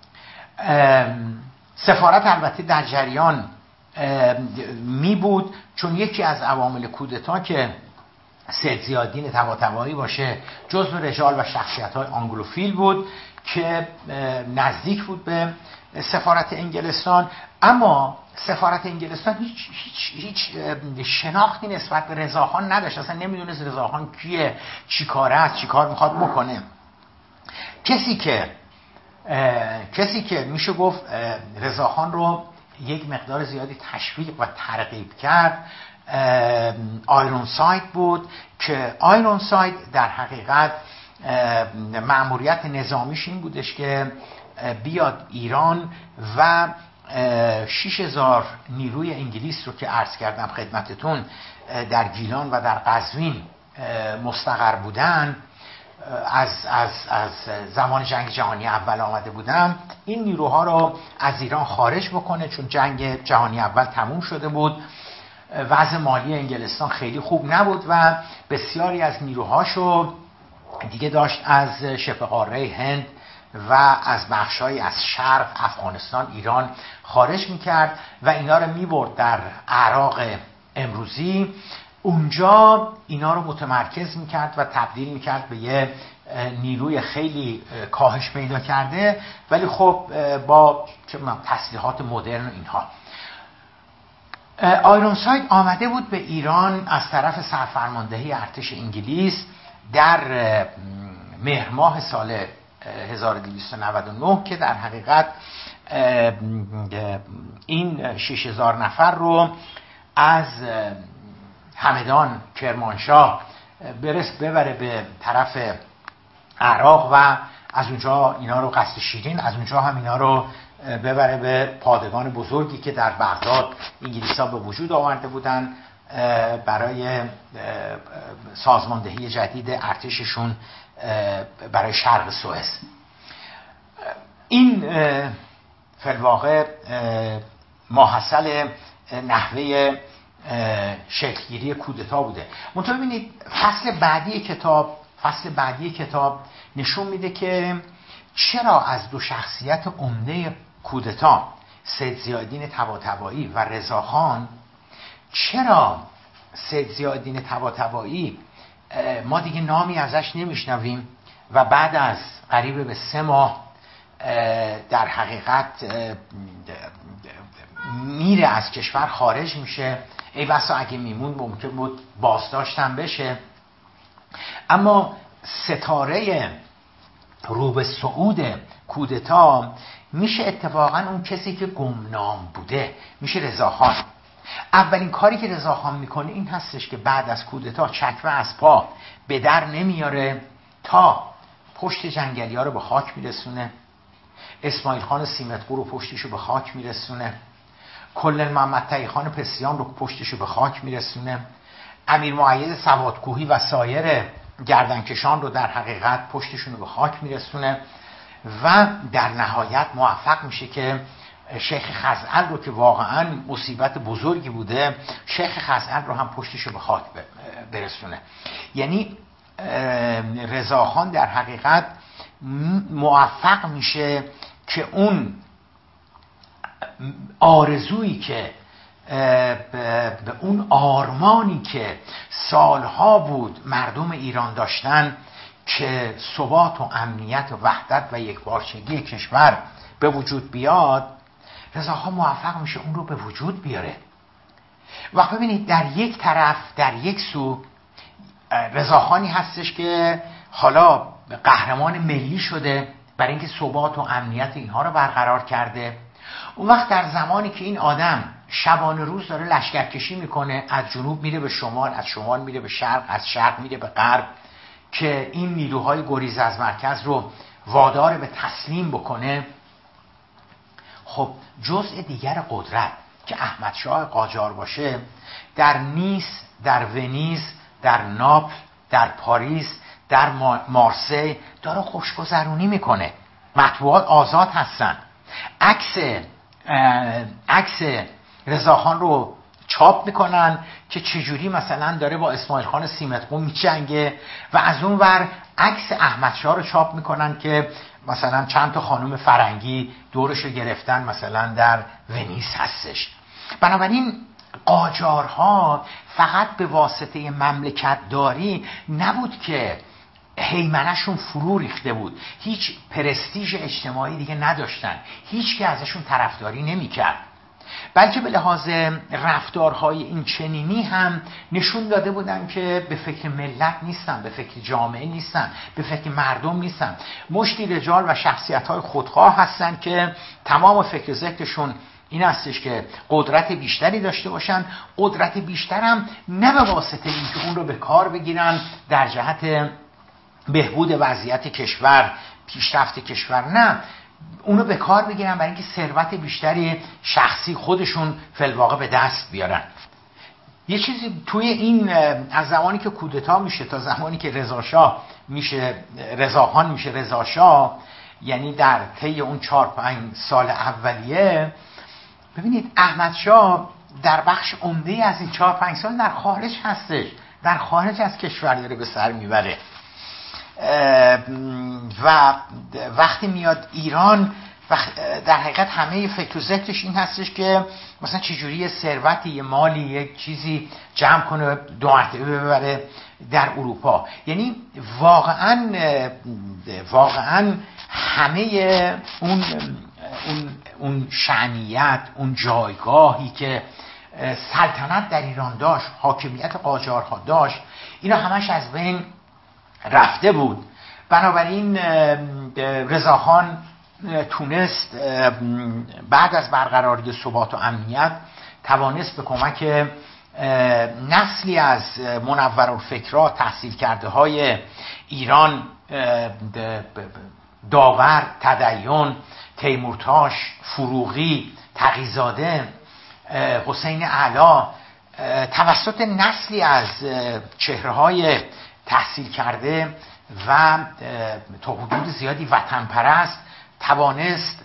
سفارت البته در جریان می بود، چون یکی از عوامل کودتا که سید زیاددین طباطبایی باشه جزو رجال و شخصیت‌های آنگلوفیل بود که نزدیک بود به سفارت انگلستان، اما سفارت انگلستان هیچ هیچ هیچ شناختی نسبت به رضاخان نداشت، اصلا نمیدونست رضاخان کیه، چی کاره است، چی کار میخواد بکنه. کسی که کسی که میشه گفت رضاخان رو یک مقدار زیادی تشویق و ترغیب کرد آیرون ساید بود که آیرون ساید در حقیقت مأموریت نظامیش این بودش که بیاد ایران و شش هزار نیروی انگلیس رو که عرض کردم خدمتتون در گیلان و در قزوین مستقر بودن، از از از زمان جنگ جهانی اول آمده بودن، این نیروها رو از ایران خارج بکنه، چون جنگ جهانی اول تموم شده بود، وضع مالی انگلستان خیلی خوب نبود و بسیاری از نیروهاشو دیگه داشت از شبه قاره هند و از بخشای از شرق افغانستان ایران خارج میکرد و اینا رو میبرد در عراق امروزی. اونجا اینا رو متمرکز میکرد و تبدیل میکرد به یه نیروی خیلی کاهش پیدا کرده، ولی خب با تسلیحات مدرن و اینها. آیرونساید آمده بود به ایران از طرف سرفرماندهی ارتش انگلیس در مهر ماه سال هزار و دویست و نود و نه که در حقیقت این شش هزار نفر رو از همدان کرمانشاه برس ببره به طرف عراق و از اونجا اینا رو قصد شیرین، از اونجا هم اینا رو ببره به پادگان بزرگی که در بغداد انگلیس‌ها به وجود آورده بودن برای سازماندهی جدید ارتششون برای شرق سوئز. این فی‌الواقع ماحصل نحوه شکلگیری کودتا بوده. منتها ببینید فصل بعدی کتاب فصل بعدی کتاب نشون میده که چرا از دو شخصیت عمده کودتا، سید ضیاءالدین طباطبایی و رضاخان، چرا سید ضیاءالدین طباطبایی ما دیگه نامی ازش نمیشنویم و بعد از قریب به سه ماه در حقیقت میره از کشور خارج میشه، ای بسا اگه میمون ممکن بود بازداشتن بشه. اما ستاره رو به صعود کودتا میشه اتفاقا اون کسی که گمنام بوده، میشه رضاخان. اولین کاری که رضاخان میکنه این هستش که بعد از کودتا چکمه از پا به در نمیاره تا پشت جنگلی ها رو به خاک میرسونه، اسماعیل خان سیمتقو رو پشتشو به خاک میرسونه، کلن محمد تقی خان پسیان رو پشتشو به خاک میرسونه، امیر مؤید سوادکوهی و سایر گردنکشان رو در حقیقت پشتشون رو به خاک میرسونه و در نهایت موفق میشه که شیخ خزعل رو که واقعا مصیبت بزرگی بوده، شیخ خزعل رو هم پشتش رو به خاک برسونه. یعنی رضاخان در حقیقت موفق میشه که اون آرزویی که به اون آرمانی که سالها بود مردم ایران داشتن که ثبات و امنیت و وحدت و یکپارچگی کشور به وجود بیاد، رضاخان موفق میشه اون رو به وجود بیاره. و ببینید در یک طرف، در یک سو رضاخانی هستش که حالا قهرمان ملی شده برای اینکه ثبات و امنیت اینها رو برقرار کرده. اون وقت در زمانی که این آدم شبانه روز داره لشکرکشی میکنه، از جنوب میره به شمال، از شمال میره به شرق، از شرق میره به غرب، که این نیروهای گریز از مرکز رو وادار به تسلیم بکنه، خب جزء دیگر قدرت که احمد شاه قاجار باشه در نیس، در ونیز، در ناپل، در پاریس، در مارسی داره خوشگذرونی میکنه. مطبوعات آزاد هستن. عکس عکس رضاخان رو چاپ میکنن که چجوری مثلا داره با اسماعیل خان سیمتقو میجنگه، و از اون ور عکس احمد شاه رو چاپ میکنن که مثلا چند تا خانم فرنگی دورش رو گرفتن مثلا در ونیز هستش. بنابراین قاجارها فقط به واسطه مملکت داری نبود که هیمنه‌شون فرو ریخته بود، هیچ پرستیژ اجتماعی دیگه نداشتن، هیچ که ازشون طرفداری نمی‌کرد، بلکه به لحاظ رفتارهای این چنینی هم نشون داده بودن که به فکر ملت نیستن، به فکر جامعه نیستن، به فکر مردم نیستن. مشتی رجال و شخصیت‌های خودخواه هستن که تمام فکر ذکرشون این هستش که قدرت بیشتری داشته باشن، قدرت بیشتر هم نه به واسطه اینکه اون رو به کار بگیرن در جهت بهبود وضعیت کشور، پیشرفت کشور، نه، اونو به کار بگیرن برای اینکه ثروت بیشتری شخصی خودشون فی‌الواقع به دست بیارن. یه چیزی توی این از زمانی که کودتا میشه تا زمانی که رضا شاه میشه، رضاخان میشه رضا شاه، یعنی در طی اون چهار پنج سال اولیه، ببینید احمد شاه در بخش عمده از این چهار پنج سال در خارج هستش، در خارج از کشور داره به سر میبره و وقتی میاد ایران در حقیقت همه فکر و ذکرش این هستش که مثلا چجوری یه ثروتی، یه مالی، یک چیزی جمع کنه دو مرتبه ببره در اروپا. یعنی واقعا واقعا همه اون اون اون شأنیت، اون جایگاهی که سلطنت در ایران داشت، حاکمیت قاجارها داشت، اینا همش از بین رفته بود. بنابراین رضاخان تونست بعد از برقراری ثبات و امنیت توانست به کمک نسلی از منورالفکرا، تحصیل کرده های ایران، داور، تدین، تیمورتاش، فروغی، تقی‌زاده، حسین اعلی، توسط نسلی از چهره‌های تحصیل کرده و تا حدود زیادی وطن پرست توانست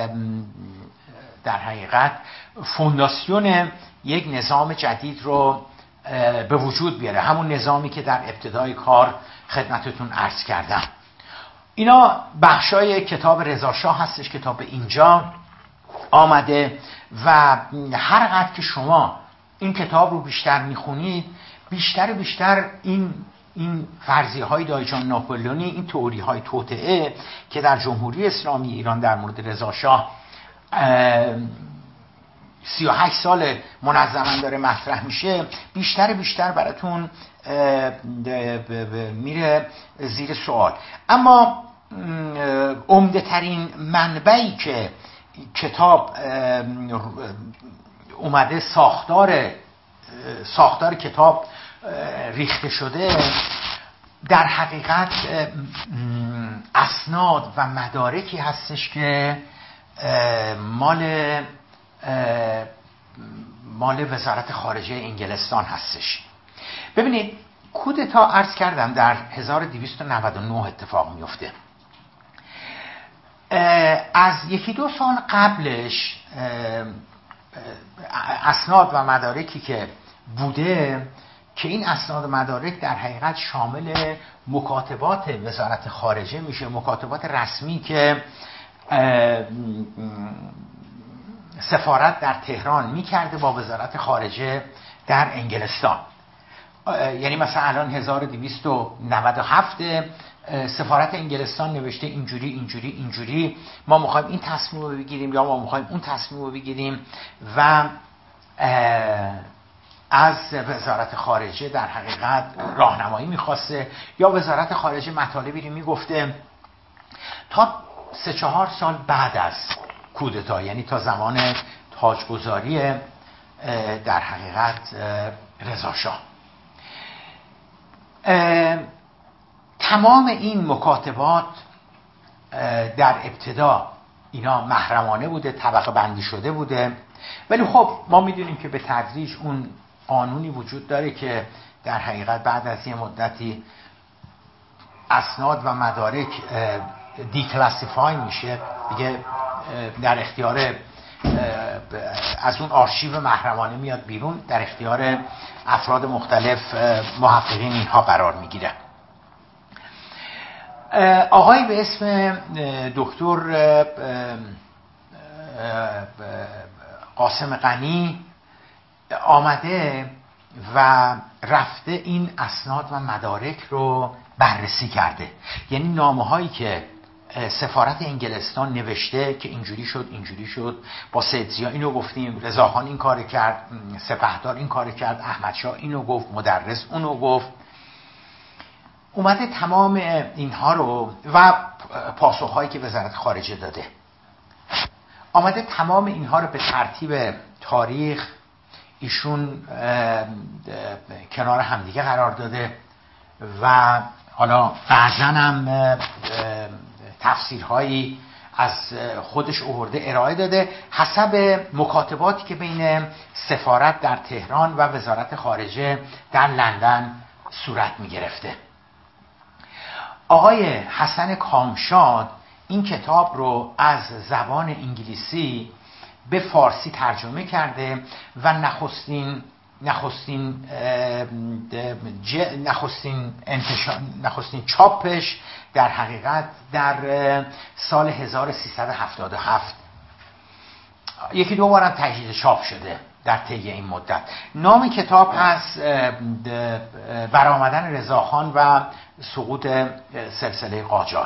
در حقیقت فونداسیون یک نظام جدید رو به وجود بیاره، همون نظامی که در ابتدای کار خدمتتون عرض کردم. اینا بخشای کتاب رضا شاه هستش، کتاب اینجا آمده و هر قدر که شما این کتاب رو بیشتر میخونید، بیشتر بیشتر این این فرضیه های دایجان ناپلئونی، این تئوری های توطئه که در جمهوری اسلامی ایران در مورد رضا شاه سی و هشت سال منظما داره مطرح میشه، بیشتر بیشتر براتون میره زیر سوال. اما عمده ترین منبعی که کتاب اومده ساختار ساختار کتاب ریخته شده، در حقیقت اسناد و مدارکی هستش که مال مال وزارت خارجه انگلستان هستش. ببینید کودتا عرض کردم در هزار و دویست و نود و نه اتفاق میفته. از یکی دو سال قبلش اسناد و مدارکی که بوده که این اسناد و مدارک در حقیقت شامل مکاتبات وزارت خارجه میشه، مکاتبات رسمی که سفارت در تهران میکرده با وزارت خارجه در انگلستان. یعنی مثلا الان هزار و دویست و نود و هفت سفارت انگلستان نوشته اینجوری اینجوری اینجوری ما میخوایم این تصمیم رو بگیریم یا ما میخوایم اون تصمیم رو بگیریم و از وزارت خارجه در حقیقت راهنمایی میخواسته یا وزارت خارجه مطالبی رو میگفته تا سه چهار سال بعد از کودتا، یعنی تا زمان تاجگذاری در حقیقت رضا شاه. تمام این مکاتبات در ابتدا اینا محرمانه بوده، طبقه بندی شده بوده، ولی خب ما میدونیم که به تدریج اون قانونی وجود داره که در حقیقت بعد از یه مدتی اسناد و مدارک دیکلاسیفای میشه دیگه، در اختیار از اون آرشیو محرمانه میاد بیرون، در اختیار افراد مختلف محققین اینها قرار میگیره. آقای به اسم دکتر قاسم غنی آمده و رفته این اسناد و مدارک رو بررسی کرده، یعنی نامه هایی که سفارت انگلستان نوشته که اینجوری شد اینجوری شد، با سیدزیا اینو گفتیم، رضاخان این کار کرد، سپهدار این کار کرد، احمدشاه اینو گفت، مدرس اونو گفت، اومده تمام اینها رو و پاسخهایی که وزارت خارجه داده، آمده تمام اینها رو به ترتیب تاریخ ایشون کنار همدیگه قرار داده و حالا بعضا هم تفسیرهایی از خودش آورده ارائه داده حسب مکاتباتی که بین سفارت در تهران و وزارت خارجه در لندن صورت می گرفته. آقای حسن کامشاد این کتاب رو از زبان انگلیسی به فارسی ترجمه کرده و نخستین نخستین نخستین نخستین چاپش در حقیقت در سال هزار و سیصد و هفتاد و هفت، یکی دو بارم تجدید چاپ شده در طی این مدت. نام کتاب هست برآمدن رضاخان و سقوط سلسله قاجار.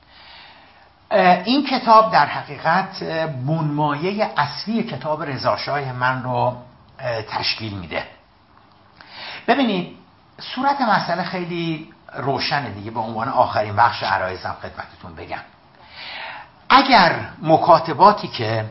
این کتاب در حقیقت بنمایه اصلی کتاب رضاشاه من رو تشکیل میده. ببینید صورت مسئله خیلی روشنه دیگه، به عنوان آخرین بخش عرایزم خدمتتون بگم. اگر مکاتباتی که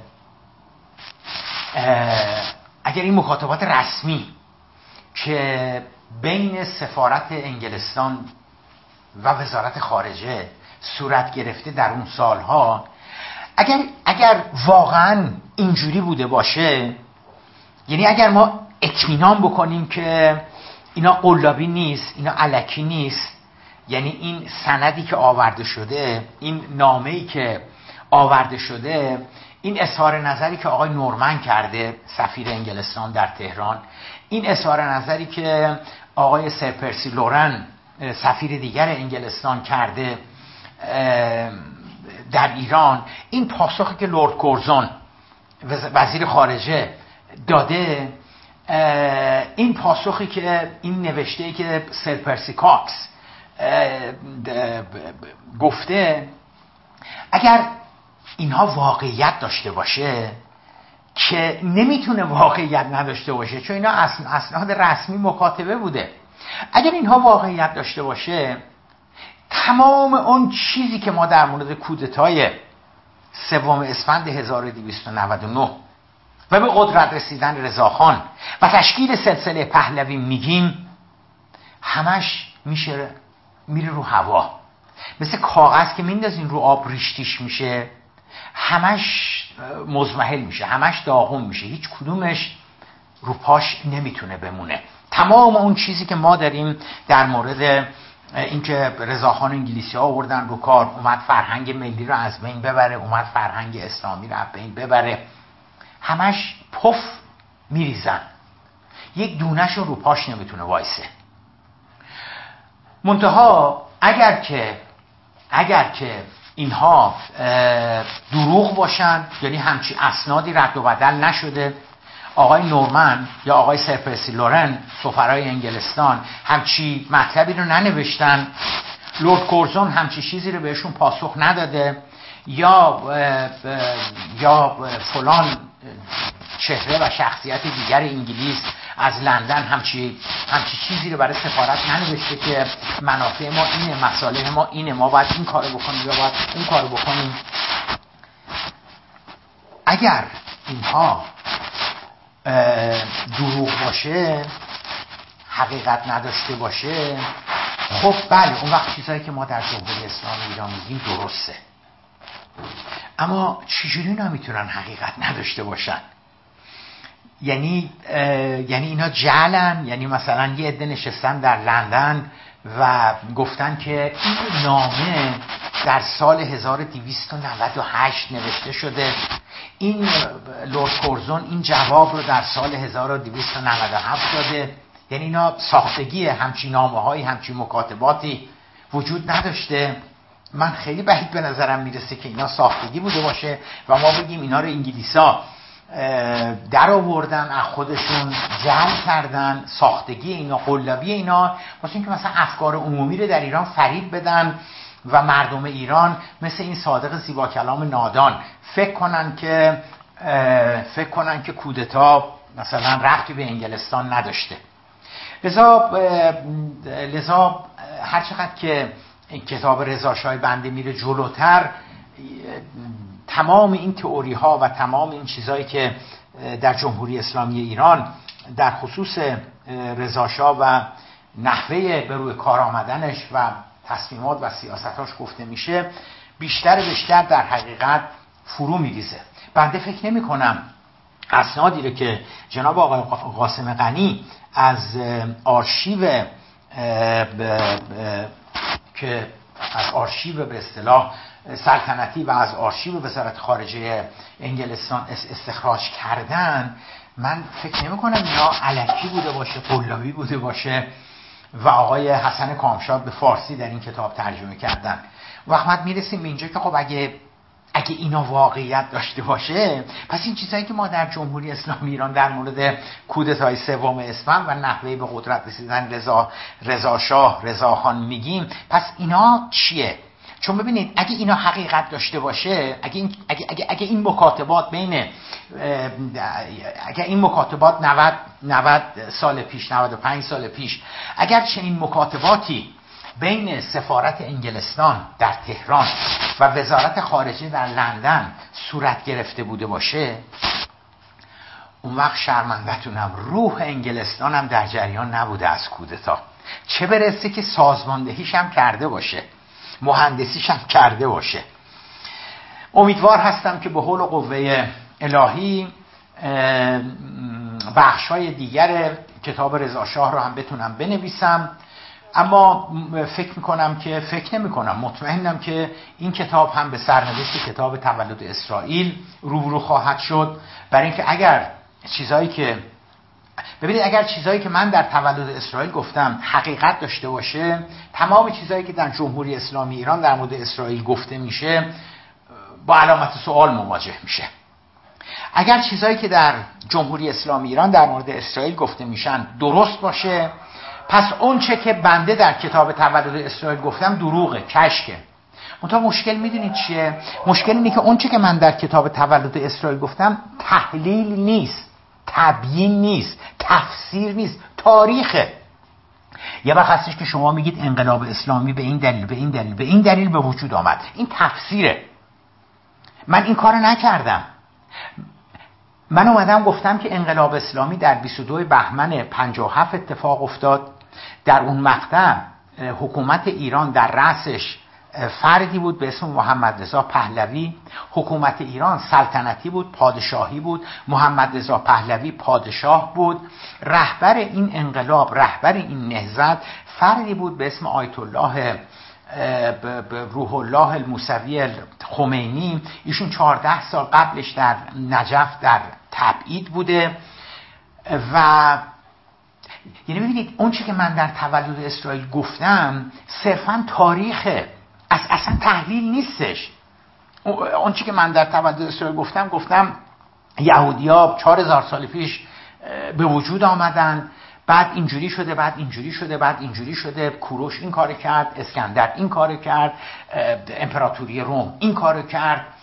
اگر این مکاتبات رسمی که بین سفارت انگلستان و وزارت خارجه صورت گرفته در اون سالها، اگر اگر واقعا اینجوری بوده باشه، یعنی اگر ما اطمینان بکنیم که اینا قلابی نیست، اینا الکی نیست، یعنی این سندی که آورده شده، این نامه‌ای که آورده شده، این اظهار نظری که آقای نورمن کرده سفیر انگلستان در تهران، این اظهار نظری که آقای سر پرسی لورن سفیر دیگر انگلستان کرده در ایران، این پاسخی که لورد کورزون وزیر خارجه داده، این پاسخی که این نوشته‌ای که سر پرسی کاکس گفته، اگر اینها واقعیت داشته باشه که نمیتونه واقعیت نداشته باشه چون اینا اسناد رسمی مکاتبه بوده، اگر اینها واقعیت داشته باشه، تمام اون چیزی که ما در مورد کودتای سوم اسفند هزار و دویست و نود و نه و به قدرت رسیدن رضاخان و تشکیل سلسله پهلوی میگیم، همش میشه میره رو هوا، مثل کاغذ که میندازین رو آب ریشتیش میشه، همش مزمحل میشه، همش داغون میشه، هیچ کدومش رو پاش نمیتونه بمونه. تمام اون چیزی که ما داریم در مورد اینکه رضاخان انگلیسی ها آوردن رو کار، اومد فرهنگ ملی رو از بین ببره، اومد فرهنگ اسلامی رو از بین ببره، همش پف میریزن، یک دونش رو پاش نمیتونه وایسه. منتها اگر که اگر که اینها دروغ باشن، یعنی همچی اسنادی رد و بدل نشده، آقای نورمن یا آقای سر پرسی لورن سفرای انگلستان همچی مطلبی رو ننوشتن، لورد کورزون همچی چیزی رو بهشون پاسخ نداده، یا یا فلان چهره و شخصیت دیگر انگلیس از لندن همچی همچی چیزی رو برای سفارت ننوشته که منافع ما اینه، مصالح ما اینه، ما باید این کارو بکنیم یا باید اون کارو بکنیم. اگر اینها دروغ باشه، حقیقت نداشته باشه، خب بله اون وقت چیزایی که ما در جمهوری اسلامی ایران میگیم درسته. اما چجوری اینا میتونن حقیقت نداشته باشن؟ یعنی یعنی اینا جعلن، یعنی مثلا یه عده نشستن در لندن و گفتن که این نامه در سال هزار و دویست و نود و هشت نوشته شده، این لورد کورزون این جواب رو در سال هزار و دویست و نود و هفت داده. یعنی اینا ساختگیه، همچین نامه هایی، همچین مکاتباتی وجود نداشته. من خیلی بعید به نظرم میرسه که اینا ساختگی بوده باشه و ما بگیم اینا رو انگلیسا در آوردن، از خودشون جعل کردن، ساختگی اینا، قلابی اینا، واسه اینکه مثلا افکار عمومی رو در ایران فریب بدن و مردم ایران مثل این صادق زیبا کلام نادان فکر کنن که فکر کنن که کودتا مثلا ربطی به انگلستان نداشته. لذا لذا هر چقدر که کتاب رضا شاه بنده میره جلوتر، تمام این تئوری ها و تمام این چیزایی که در جمهوری اسلامی ایران در خصوص رضا شاه و نحوه به روی کار آمدنش و تصمیمات و سیاستاش گفته میشه، بیشتر بیشتر در حقیقت فرو میریزه. بنده فکر نمی کنم اسنادی رو که جناب آقای قاسم غنی از آرشیو که از آرشیو به اصطلاح سلطنتی و از آرشیو وزارت خارجه انگلستان استخراج کردن، من فکر نمی کنم اینا الکی بوده باشه، قلابی بوده باشه و آقای حسن کامشاد به فارسی در این کتاب ترجمه کردن. وقت میرسیم به اینجا که خب اگه اگه اینا واقعیت داشته باشه، پس این چیزایی که ما در جمهوری اسلامی ایران در مورد کودتای سوم اسفند و نحوه به قدرت رسیدن رضا رضا شاه رضا خان میگیم، پس اینا چیه؟ چون ببینید اگه اینا حقیقت داشته باشه، اگه این اگه اگه, اگه این مکاتبات بین اگه این مکاتبات نود نود سال پیش، نود و پنج سال پیش، اگر چنین مکاتباتی بین سفارت انگلستان در تهران و وزارت خارجه در لندن صورت گرفته بوده باشه، اون وقت شرمنده‌تونم روح انگلستان هم در جریان نبوده از کودتا، چه برسه که سازماندهیش هم کرده باشه، مهندسیش هم کرده باشه. امیدوار هستم که به حول و قوه الهی بخش‌های دیگر کتاب رضا شاه رو هم بتونم بنویسم. اما فکر میکنم که فکر نمی کنم مطمئنم که این کتاب هم به سرنوشت کتاب تولد اسرائیل روبرو خواهد شد. برای اینکه اگر چیزایی که ببینید اگر چیزایی که من در تولد اسرائیل گفتم حقیقت داشته باشه، تمام چیزایی که در جمهوری اسلامی ایران در مورد اسرائیل گفته میشه با علامت سوال مواجه میشه. اگر چیزایی که در جمهوری اسلامی ایران در مورد اسرائیل گفته میشن درست باشه، پس اون چه که بنده در کتاب تولد اسرائیل گفتم دروغه، کشکه. منتها مشکل میدونید چیه؟ مشکل اینه که اون چه که من در کتاب تولد اسرائیل گفتم تحلیل نیست، تبیین نیست، تفسیر نیست، تاریخه. یه وقت هستش که شما میگید انقلاب اسلامی به این دلیل به این دلیل به این دلیل به وجود آمد، این تفسیره. من این کارو نکردم. من اومدم گفتم که انقلاب اسلامی در بیست و دو بهمن پنجاه و هفت اتفاق افتاد. در اون مقطع حکومت ایران در رأسش فردی بود به اسم محمد رضا پهلوی. حکومت ایران سلطنتی بود، پادشاهی بود. محمد رضا پهلوی پادشاه بود. رهبر این انقلاب، رهبر این نهضت فردی بود به اسم آیت الله روح الله الموسوی خمینی. ایشون چهارده سال قبلش در نجف در تبعید بوده. و یعنی ببینید اون چی که من در تولد اسرائیل گفتم صرفا تاریخه، از اصلا تحلیل نیستش. اون چی که من در تولد اسرائیل گفتم گفتم یهودی‌ها چهار هزار سال پیش به وجود آمدن، بعد اینجوری شده، بعد اینجوری شده، بعد اینجوری شده، کوروش این کار کرد، اسکندر این کار کرد، امپراتوری روم این کار کرد،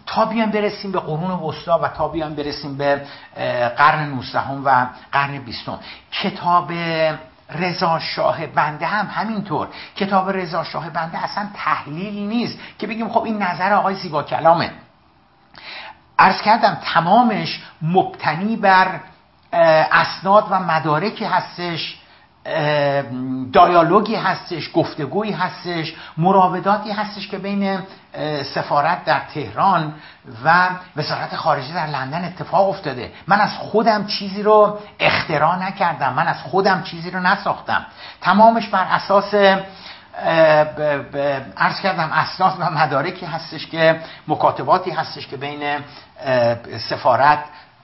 تا بیان برسیم به قرون وسطا و تا بیان برسیم به قرن نوزدهم و قرن بیستم. کتاب رضا شاه بنده هم همینطور. کتاب رضا شاه بنده اصلا تحلیل نیست که بگیم خب این نظر آقای زیبا کلامه. عرض کردم تمامش مبتنی بر اسناد و مدارکی هستش، دیالوگی هستش، گفتگویی هستش، مراوداتی هستش که بین سفارت در تهران و وزارت خارجه در لندن اتفاق افتاده. من از خودم چیزی رو اختراع نکردم، من از خودم چیزی رو نساختم. تمامش بر اساس عرض کردم اسناد و مدارکی هستش که مکاتباتی هستش که بین سفارت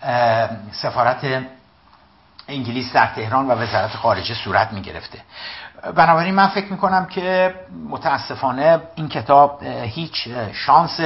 سفارت انگلیس در تهران و وزارت خارجه صورت می گرفته. بنابراین من فکر می کنم که متاسفانه این کتاب هیچ شانس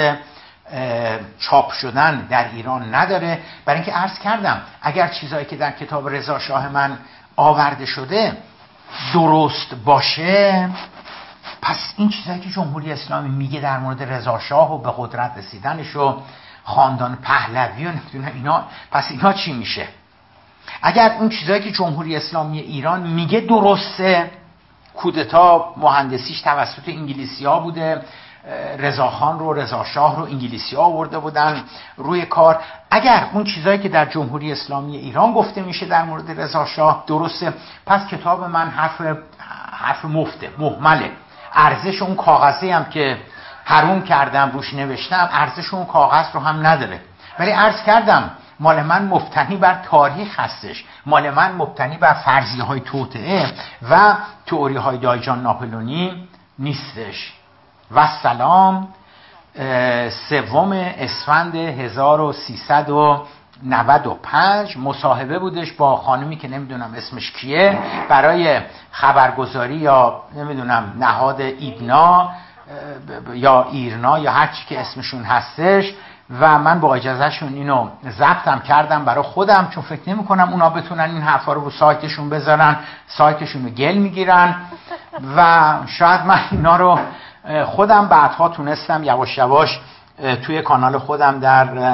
چاپ شدن در ایران نداره، برای اینکه عرض کردم اگر چیزایی که در کتاب رضا شاه من آورده شده درست باشه، پس این چیزایی که جمهوری اسلامی میگه در مورد رضا شاه و به قدرت رسیدنش و خاندان پهلوی و نمیدونم اینا، پس اینا چی میشه؟ اگر اون چیزایی که جمهوری اسلامی ایران میگه درسته، کودتا مهندسیش توسط انگلیسی ها بوده، رضا خان رو رضا شاه رو انگلیسی ها آورده بودن روی کار، اگر اون چیزایی که در جمهوری اسلامی ایران گفته میشه در مورد رضا شاه درسته، پس کتاب من حرف حرف مفته، مهمله. ارزش اون کاغذی هم که حروم کردم روش نوشتم ارزش اون کاغذ رو هم نداره. ولی عرض کردم مال من مبتنی بر تاریخ هستش، مال من مبتنی بر فرضیه های توطئه و تئوری های دایجان ناپلونی نیستش. و سلام. سوم اسفند هزار و سیصد و نود و پنج مصاحبه بودش با خانمی که نمیدونم اسمش کیه، برای خبرگزاری یا نمیدونم نهاد ایبنا یا ایرنا یا هر چی که اسمشون هستش، و من با اجازهشون اینو ضبطم کردم برای خودم، چون فکر نمی کنم اونا بتونن این حرفا رو رو سایتشون بذارن، سایتشون رو گل میگیرن و شاید من اینا رو خودم بعدها تونستم یواش یواش توی کانال خودم در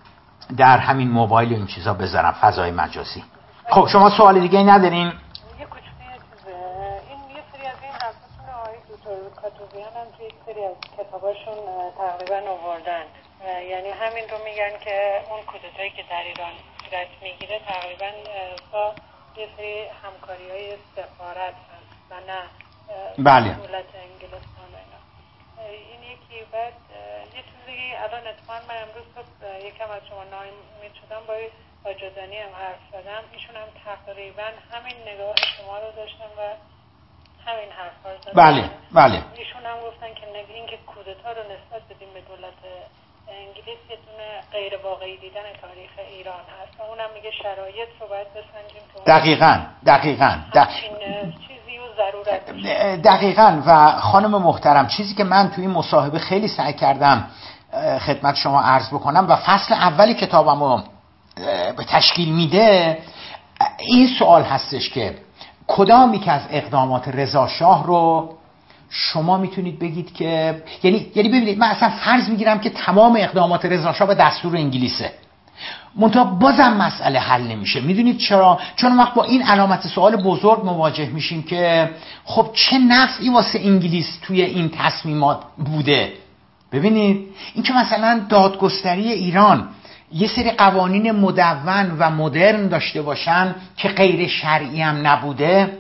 در همین موبایل این چیزا بذارم، فضای مجازی. خب شما سوال دیگه ای ندارین؟ یه کوچولوی چیزه، این یه سری از این حرفاتون آقای دکتر کاتوزیان هم توی یک سری از کتاباشون تقریبا آوردن، یعنی همین رو میگن که اون کودتایی که در ایران صورت میگیره تقریبا با یه سری همکاری های سفارت هست و نه بله دولت انگلستان و اینا. این یکی. بعد یه چیزی الان اتفاقا من امروز صبح یکم از شما ناامید شدم، با آجادانی هم حرف زدم، ایشون هم تقریبا همین نگاه شما رو داشتن و همین حرف ها رو زدن. بله بله. ایشون هم گفتن که این که کودتا رو نسبت بدیم به دولت انگلیس یه دونه غیر واقعی دیدن تاریخ ایران هست و اونم میگه شرایط رو باید بسنجیم که دقیقاً دقیقاً همچین چیزی و ضرورت داشت. دقیقاً. و خانم محترم، چیزی که من توی این مصاحبه خیلی سعی کردم خدمت شما عرض بکنم و فصل اولی کتابم رو به تشکیل میده، این سوال هستش که کدامی که از اقدامات رضا شاه رو شما میتونید بگید که یعنی یعنی ببینید، من اصلا فرض میگیرم که تمام اقدامات رضا شاه به دستور انگلیسه، منتها بازم مسئله حل نمیشه. میدونید چرا؟ چون وقت با این علامت سوال بزرگ مواجه میشیم که خب چه نفعی واسه انگلیس توی این تصمیمات بوده. ببینید این که مثلا دادگستری ایران یه سری قوانین مدون و مدرن داشته باشن که غیر شرعی هم نبوده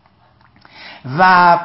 و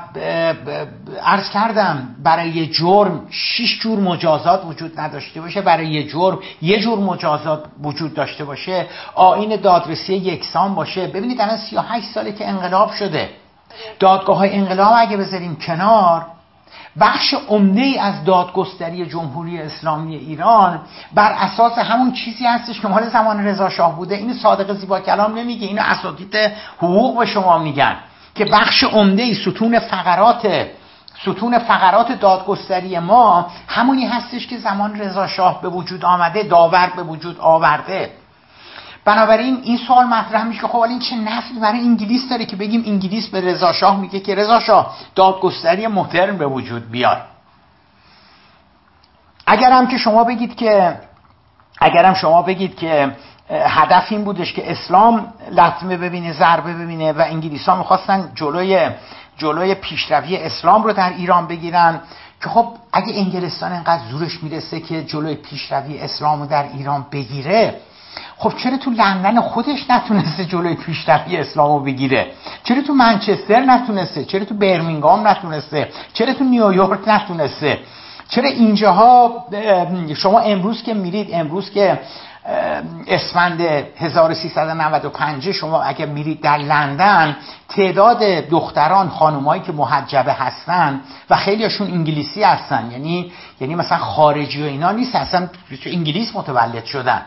عرض کردم برای جرم شش جور مجازات وجود نداشته باشه، برای یه جرم یه جور مجازات وجود داشته باشه، آیین دادرسی یکسان باشه. ببینید الان سی و هشت ساله که انقلاب شده، دادگاه های انقلاب اگه بذاریم کنار، بخش عمده ای از دادگستری جمهوری اسلامی ایران بر اساس همون چیزی هستش که مال زمان رضا شاه بوده. اینو صادق زیبا کلام نمیگه، اینو اساتید حقوق به شما میگن که بخش عمده ای ستون فقرات ستون فقرات دادگستری ما همونی هستش که زمان رضا شاه به وجود آمده، داور به وجود آورده. بنابراین این سوال مطرح میشه که خب این چه نفعی برای انگلیس داره که بگیم انگلیس به رضا شاه میگه که رضا شاه دادگستری مدرن به وجود بیار. اگرم که شما بگید که اگرم شما بگید که هدف این بودش که اسلام لطمه ببینه، ضربه ببینه و انگلیس‌ها می‌خواستن جلوی جلوی پیشروی اسلام رو در ایران بگیرن، که خب اگه انگلستان انقدر زورش میرسه که جلوی پیشروی اسلام رو در ایران بگیره، خب چرا تو لندن خودش نتونسته جلوی پیشروی اسلام رو بگیره؟ چرا تو منچستر نتونسته؟ چرا تو برمینگام نتونسته؟ چرا تو نیویورک نتونسته؟ چرا اینجاها شما امروز که میرید، امروز که اسفند هزار و سیصد و نود و پنج، شما اگه میرید در لندن، تعداد دختران خانمایی که محجبه هستن و خیلیشون انگلیسی هستن، یعنی یعنی مثلا خارجی و اینا نیست، اصلا تو انگلیس متولد شدن،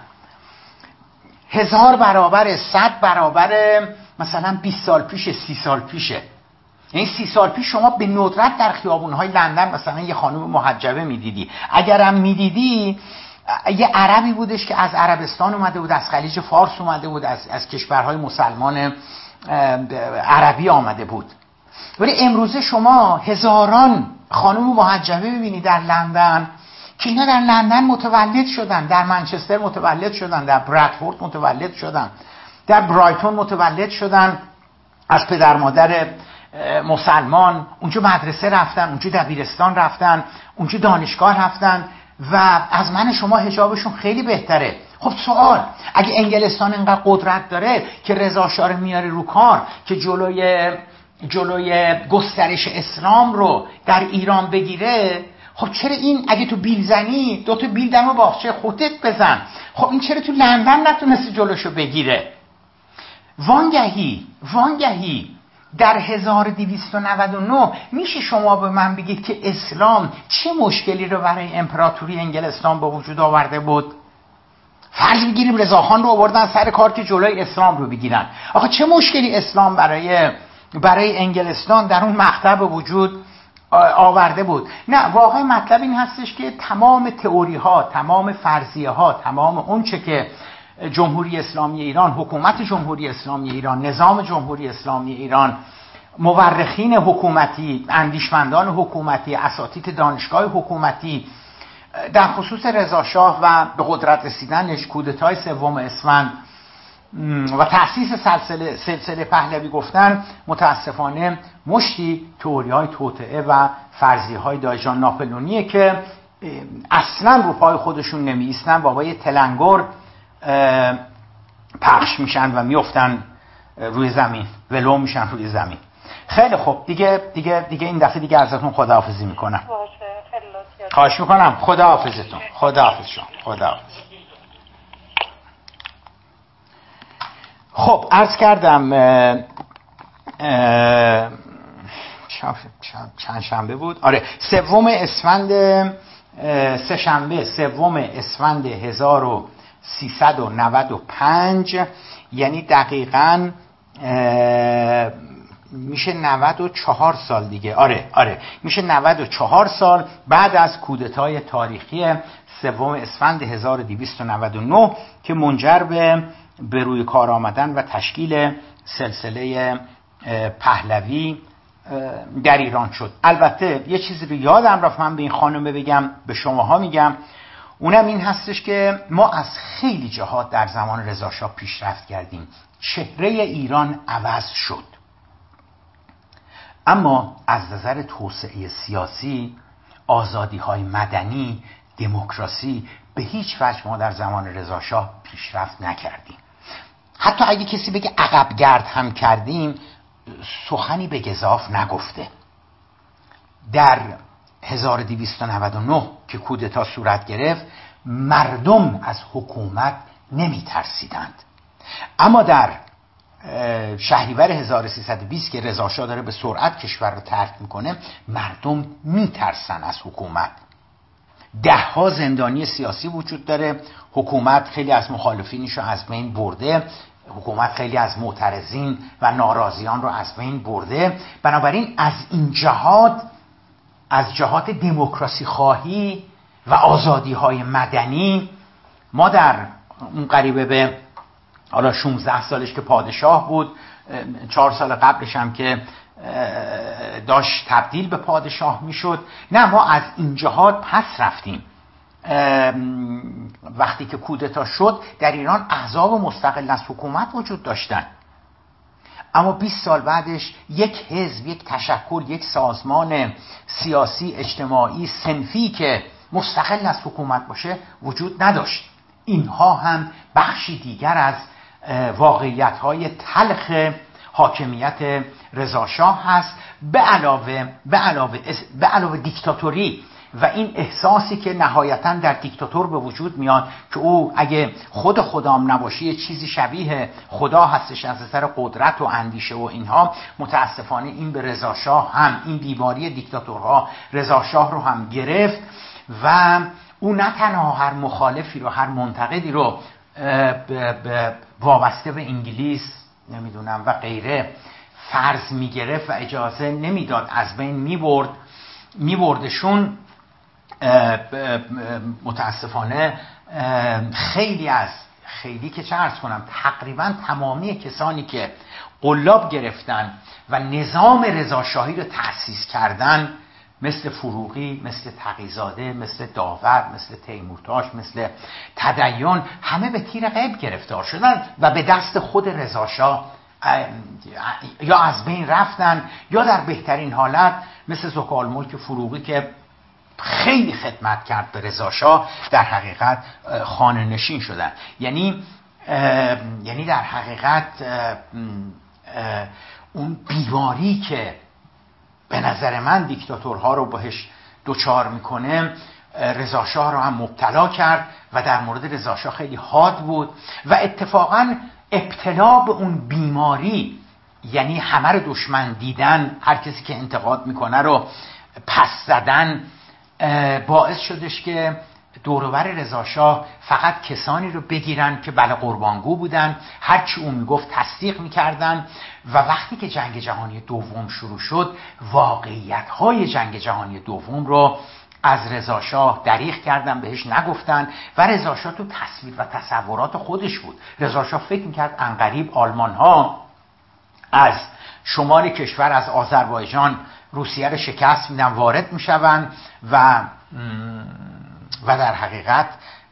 هزار برابر، صد برابر مثلا بیست سال پیش، سی سال پیشه. یعنی سی سال پیش شما به ندرت در خیابون‌های لندن مثلا یه خانم محجبه میدیدی. اگرم میدیدی یه عربی بودش که از عربستان اومده بود، از خلیج فارس اومده بود، از از کشورهای مسلمان عربی آمده بود. ولی امروزه شما هزاران خانم محجبه ببینید در لندن که اینا در لندن متولد شدن، در منچستر متولد شدن، در برادفورد متولد شدن، در برایتون متولد شدن، از پدر مادر مسلمان، اونجا مدرسه رفتن، اونجا دبیرستان رفتن، اونجا دانشگاه رفتن و از من شما حجابشون خیلی بهتره. خب سوال، اگه انگلستان اینقدر قدرت داره که رضا شاه رو میاره رو کار که جلوی جلوی گسترش اسلام رو در ایران بگیره، خب چرا این اگه تو بیل زنی دو تا بیل دم باغچه خودت بزن، خب این چرا تو لندن نتونسته جلوشو بگیره؟ وانگهی وانگهی در هزار و دویست و نود و نه میشه شما به من بگید که اسلام چه مشکلی رو برای امپراتوری انگلستان به وجود آورده بود؟ فرض بگیریم رضاخان رو آوردن سر کار که جلوی اسلام رو بگیرن. آخه چه مشکلی اسلام برای برای انگلستان در اون مقطع به وجود آورده بود؟ نه، واقعا مطلب این هستش که تمام تئوری ها، تمام فرضیه ها، تمام اون چه که جمهوری اسلامی ایران، حکومت جمهوری اسلامی ایران، نظام جمهوری اسلامی ایران، مورخین حکومتی، اندیشمندان حکومتی، اساتید دانشگاه حکومتی در خصوص رضا شاه و به قدرت رسیدنش، کودتای سوم اسفند و تأسیس سلسله سلسله پهلوی گفتن، متاسفانه مشتی تئوری‌های توطئه و فرضیه‌های دایجان ناپلئونیه که اصلا رو پای خودشون نمی‌ایستن و با یه تلنگر پخش میشن و میافتن روی زمین، ولو میشن روی زمین. خیلی خوب، دیگه دیگه دیگه این دفعه دیگه ازتون خداحافظی میکنم. باشه، خیلی لطفی. خواهش میکنم. خداحافظتون. خداحافظ شما. خداحافظ. خب عرض کردم اه اه چند شنبه بود؟ آره، سوم اسفند، سه شنبه سوم اسفند هزار و سیصد و نود و پنج، یعنی دقیقاً میشه نود و چهار سال دیگه. آره آره میشه نود و چهار سال بعد از کودتای تاریخی سوم اسفند هزار و دویست و نود و نه که منجر به به روی کار آمدن و تشکیل سلسله پهلوی در ایران شد. البته یه چیزی رو یادم رفت من به این خانم بگم، به شماها میگم، اونم این هستش که ما از خیلی جهات در زمان رضا شاه پیشرفت کردیم، چهره ایران عوض شد، اما از نظر توسعه سیاسی، آزادی‌های مدنی، دموکراسی، به هیچ وجه ما در زمان رضا شاه پیشرفت نکردیم. حتی اگه کسی بگه عقب گرد هم کردیم، سخنی به گزاف نگفته. در هزار و دویست و نود و نه که کودتا صورت گرفت، مردم از حکومت نمی ترسیدند، اما در شهریور هزار و سیصد و بیست که رضا شاه داره به سرعت کشور رو ترک میکنه، مردم می ترسن از حکومت. ده ها زندانی سیاسی وجود داره، حکومت خیلی از مخالفینش رو از بین برده، حکومت خیلی از معترضین و ناراضیان رو از بین برده. بنابراین از این جهات، از جهات دموکراسی خواهی و آزادی های مدنی، ما در اون قریبه به حالا شانزده سالش که پادشاه بود، چهار سال قبلش هم که داشت تبدیل به پادشاه میشد، نه ما از این جهات پس رفتیم. وقتی که کودتا شد در ایران احزاب مستقل از حکومت وجود داشتن، اما بیست سال بعدش یک حزب، یک تشکل، یک سازمان سیاسی اجتماعی صنفی که مستقل از حکومت باشه وجود نداشت. اینها هم بخشی دیگر از واقعیت‌های تلخ حاکمیت رضاشاه هست، به علاوه به علاوه به علاوه دیکتاتوری و این احساسی که نهایتاً در دیکتاتور به وجود میاد که او اگه خود خدام نباشه یه چیزی شبیه خدا هستش از نظر قدرت و اندیشه و اینها. متاسفانه این به رضاشاه هم، این بیماری دیکتاتورها رضاشاه رو هم گرفت و او نه تنها هر مخالفی رو، هر منتقدی رو وابسته به انگلیس نمیدونم و غیره فرض میگرفت و اجازه نمیداد، از بین میبرد میبردشون. متاسفانه خیلی از خیلی که چه عرض کنم تقریبا تمامی کسانی که قلاب گرفتن و نظام رضاشاهی رو تأسیس کردن، مثل فروغی، مثل تقی‌زاده، مثل داور، مثل تیمورتاش، مثل تدین، همه به تیر غیب گرفتار شدن و به دست خود رضاشاه یا از بین رفتن یا در بهترین حالت مثل زکالملک فروغی که خیلی خدمت کرد به رضاشاه در حقیقت خانه نشین شدن. یعنی یعنی در حقیقت اون بیماری که به نظر من دیکتاتورها رو بهش دوچار میکنه رضاشاه رو هم مبتلا کرد و در مورد رضاشاه خیلی حاد بود و اتفاقا ابتلا به اون بیماری، یعنی همه رو دشمن دیدن، هر کسی که انتقاد میکنه رو پس زدن، باعث شدش که دور و بر رضاشاه فقط کسانی رو بگیرن که بله قربانگو بودن، هرچی اون میگفت تصدیق میکردن. و وقتی که جنگ جهانی دوم شروع شد واقعیت‌های جنگ جهانی دوم رو از رضاشاه دریغ کردن، بهش نگفتن و رضاشاه تو تصویر و تصورات خودش بود. رضاشاه فکر میکرد عنقریب آلمان‌ها از شمال کشور، از آذربایجان، روسیه رو شکست میدن، وارد میشون و و در حقیقت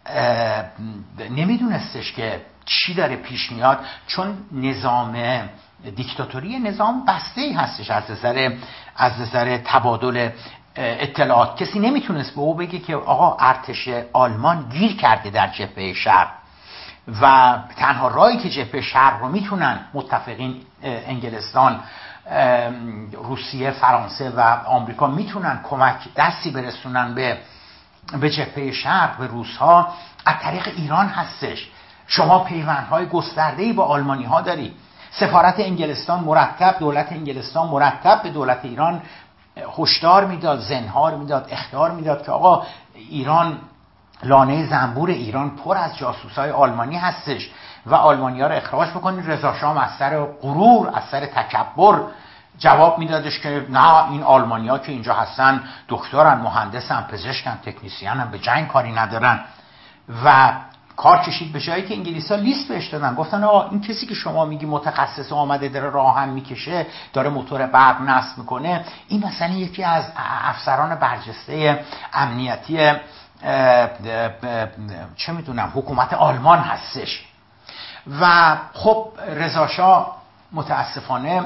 نمیدونستش که چی داره پیش میاد، چون نظام دیکتاتوری نظام بسته‌ای هستش از نظر از نظر تبادل اطلاعات. کسی نمیتونست به او بگه که آقا ارتش آلمان گیر کرده در جبهه شرق و تنها راهی که جبهه شرق رو میتونن متفقین انگلستان، روسیه، فرانسه و آمریکا میتونن کمک دستی برسونن به به جبهه شرق، به روس‌ها، از طریق ایران هستش. شما پیوندهای گسترده‌ای با آلمانی ها داری. سفارت انگلستان مرتب، دولت انگلستان مرتب به دولت ایران هشدار میداد، زنهار میداد، اخطار میداد که آقا ایران، لانه زنبور ایران پر از جاسوسای آلمانی هستش و آلمانی‌ها رو اخراج بکنید. رضاشاه از سر غرور، از سر تکبر جواب میدادش که نه، این آلمانی‌ها که اینجا هستن دکترن، مهندسن، پزشکن، تکنسینن، به جنگ کاری ندارن. و کار کشید به جایی که انگلیس‌ها لیست بهش دادن، گفتن آقا این کسی که شما میگی متخصص آمده داره راهن میکشه، داره موتور برق نصب میکنه، این مثلا یکی از افسران برجسته امنیتی چه میدونم حکومت آلمان هستش. و خب رضاشاه متاسفانه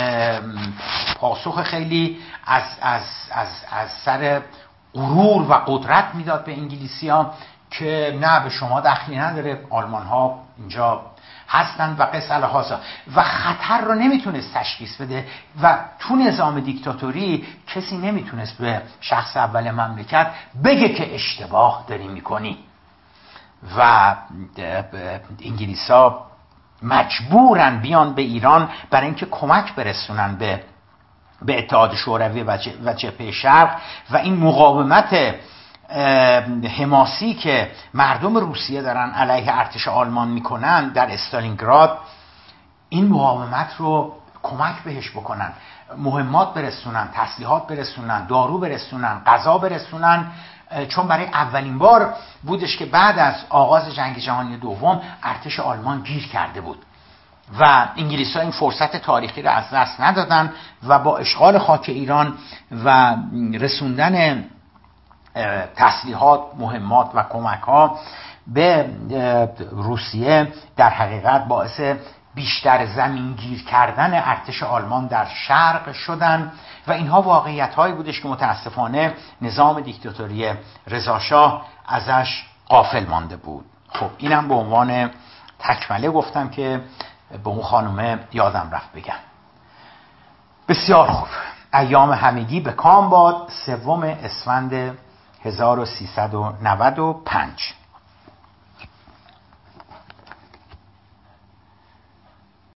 پاسخ خیلی از از از از سر غرور و قدرت میداد به انگلیسی‌ها که نه، به شما دخلی نداره، آلمان ها اینجا هستن و قصه الهازا، و خطر رو نمیتونست تشخیص بده. و تو نظام دیکتاتوری کسی نمیتونست به شخص اول مملکت بگه که اشتباه داری میکنی و انگلیس ها مجبورن بیان به ایران برای اینکه کمک برسونن به به اتحاد شوروی و جبهه شرق. و این مقاومت حماسی که مردم روسیه دارن علیه ارتش آلمان میکنن در استالینگراد، این مقاومت رو کمک بهش بکنن، مهمات برسونن، تسلیحات برسونن، دارو برسونن، غذا برسونن. چون برای اولین بار بودش که بعد از آغاز جنگ جهانی دوم ارتش آلمان گیر کرده بود و انگلیس‌ها این فرصت تاریخی رو از دست ندادن و با اشغال خاک ایران و رسوندن تسلیحات، مهمات و کمک ها به روسیه در حقیقت باعث بیشتر زمینگیر کردن ارتش آلمان در شرق شدن و اینها واقعیت هایی بودش که متاسفانه نظام دیکتاتوری رضاشاه ازش غافل مانده بود. خب اینم به عنوان تکمله گفتم که به اون خانومه یادم رفت بگم. بسیار خوب، ایام همگی به کام باد. سوم اسفند هزار و سیصد و نود و پنج.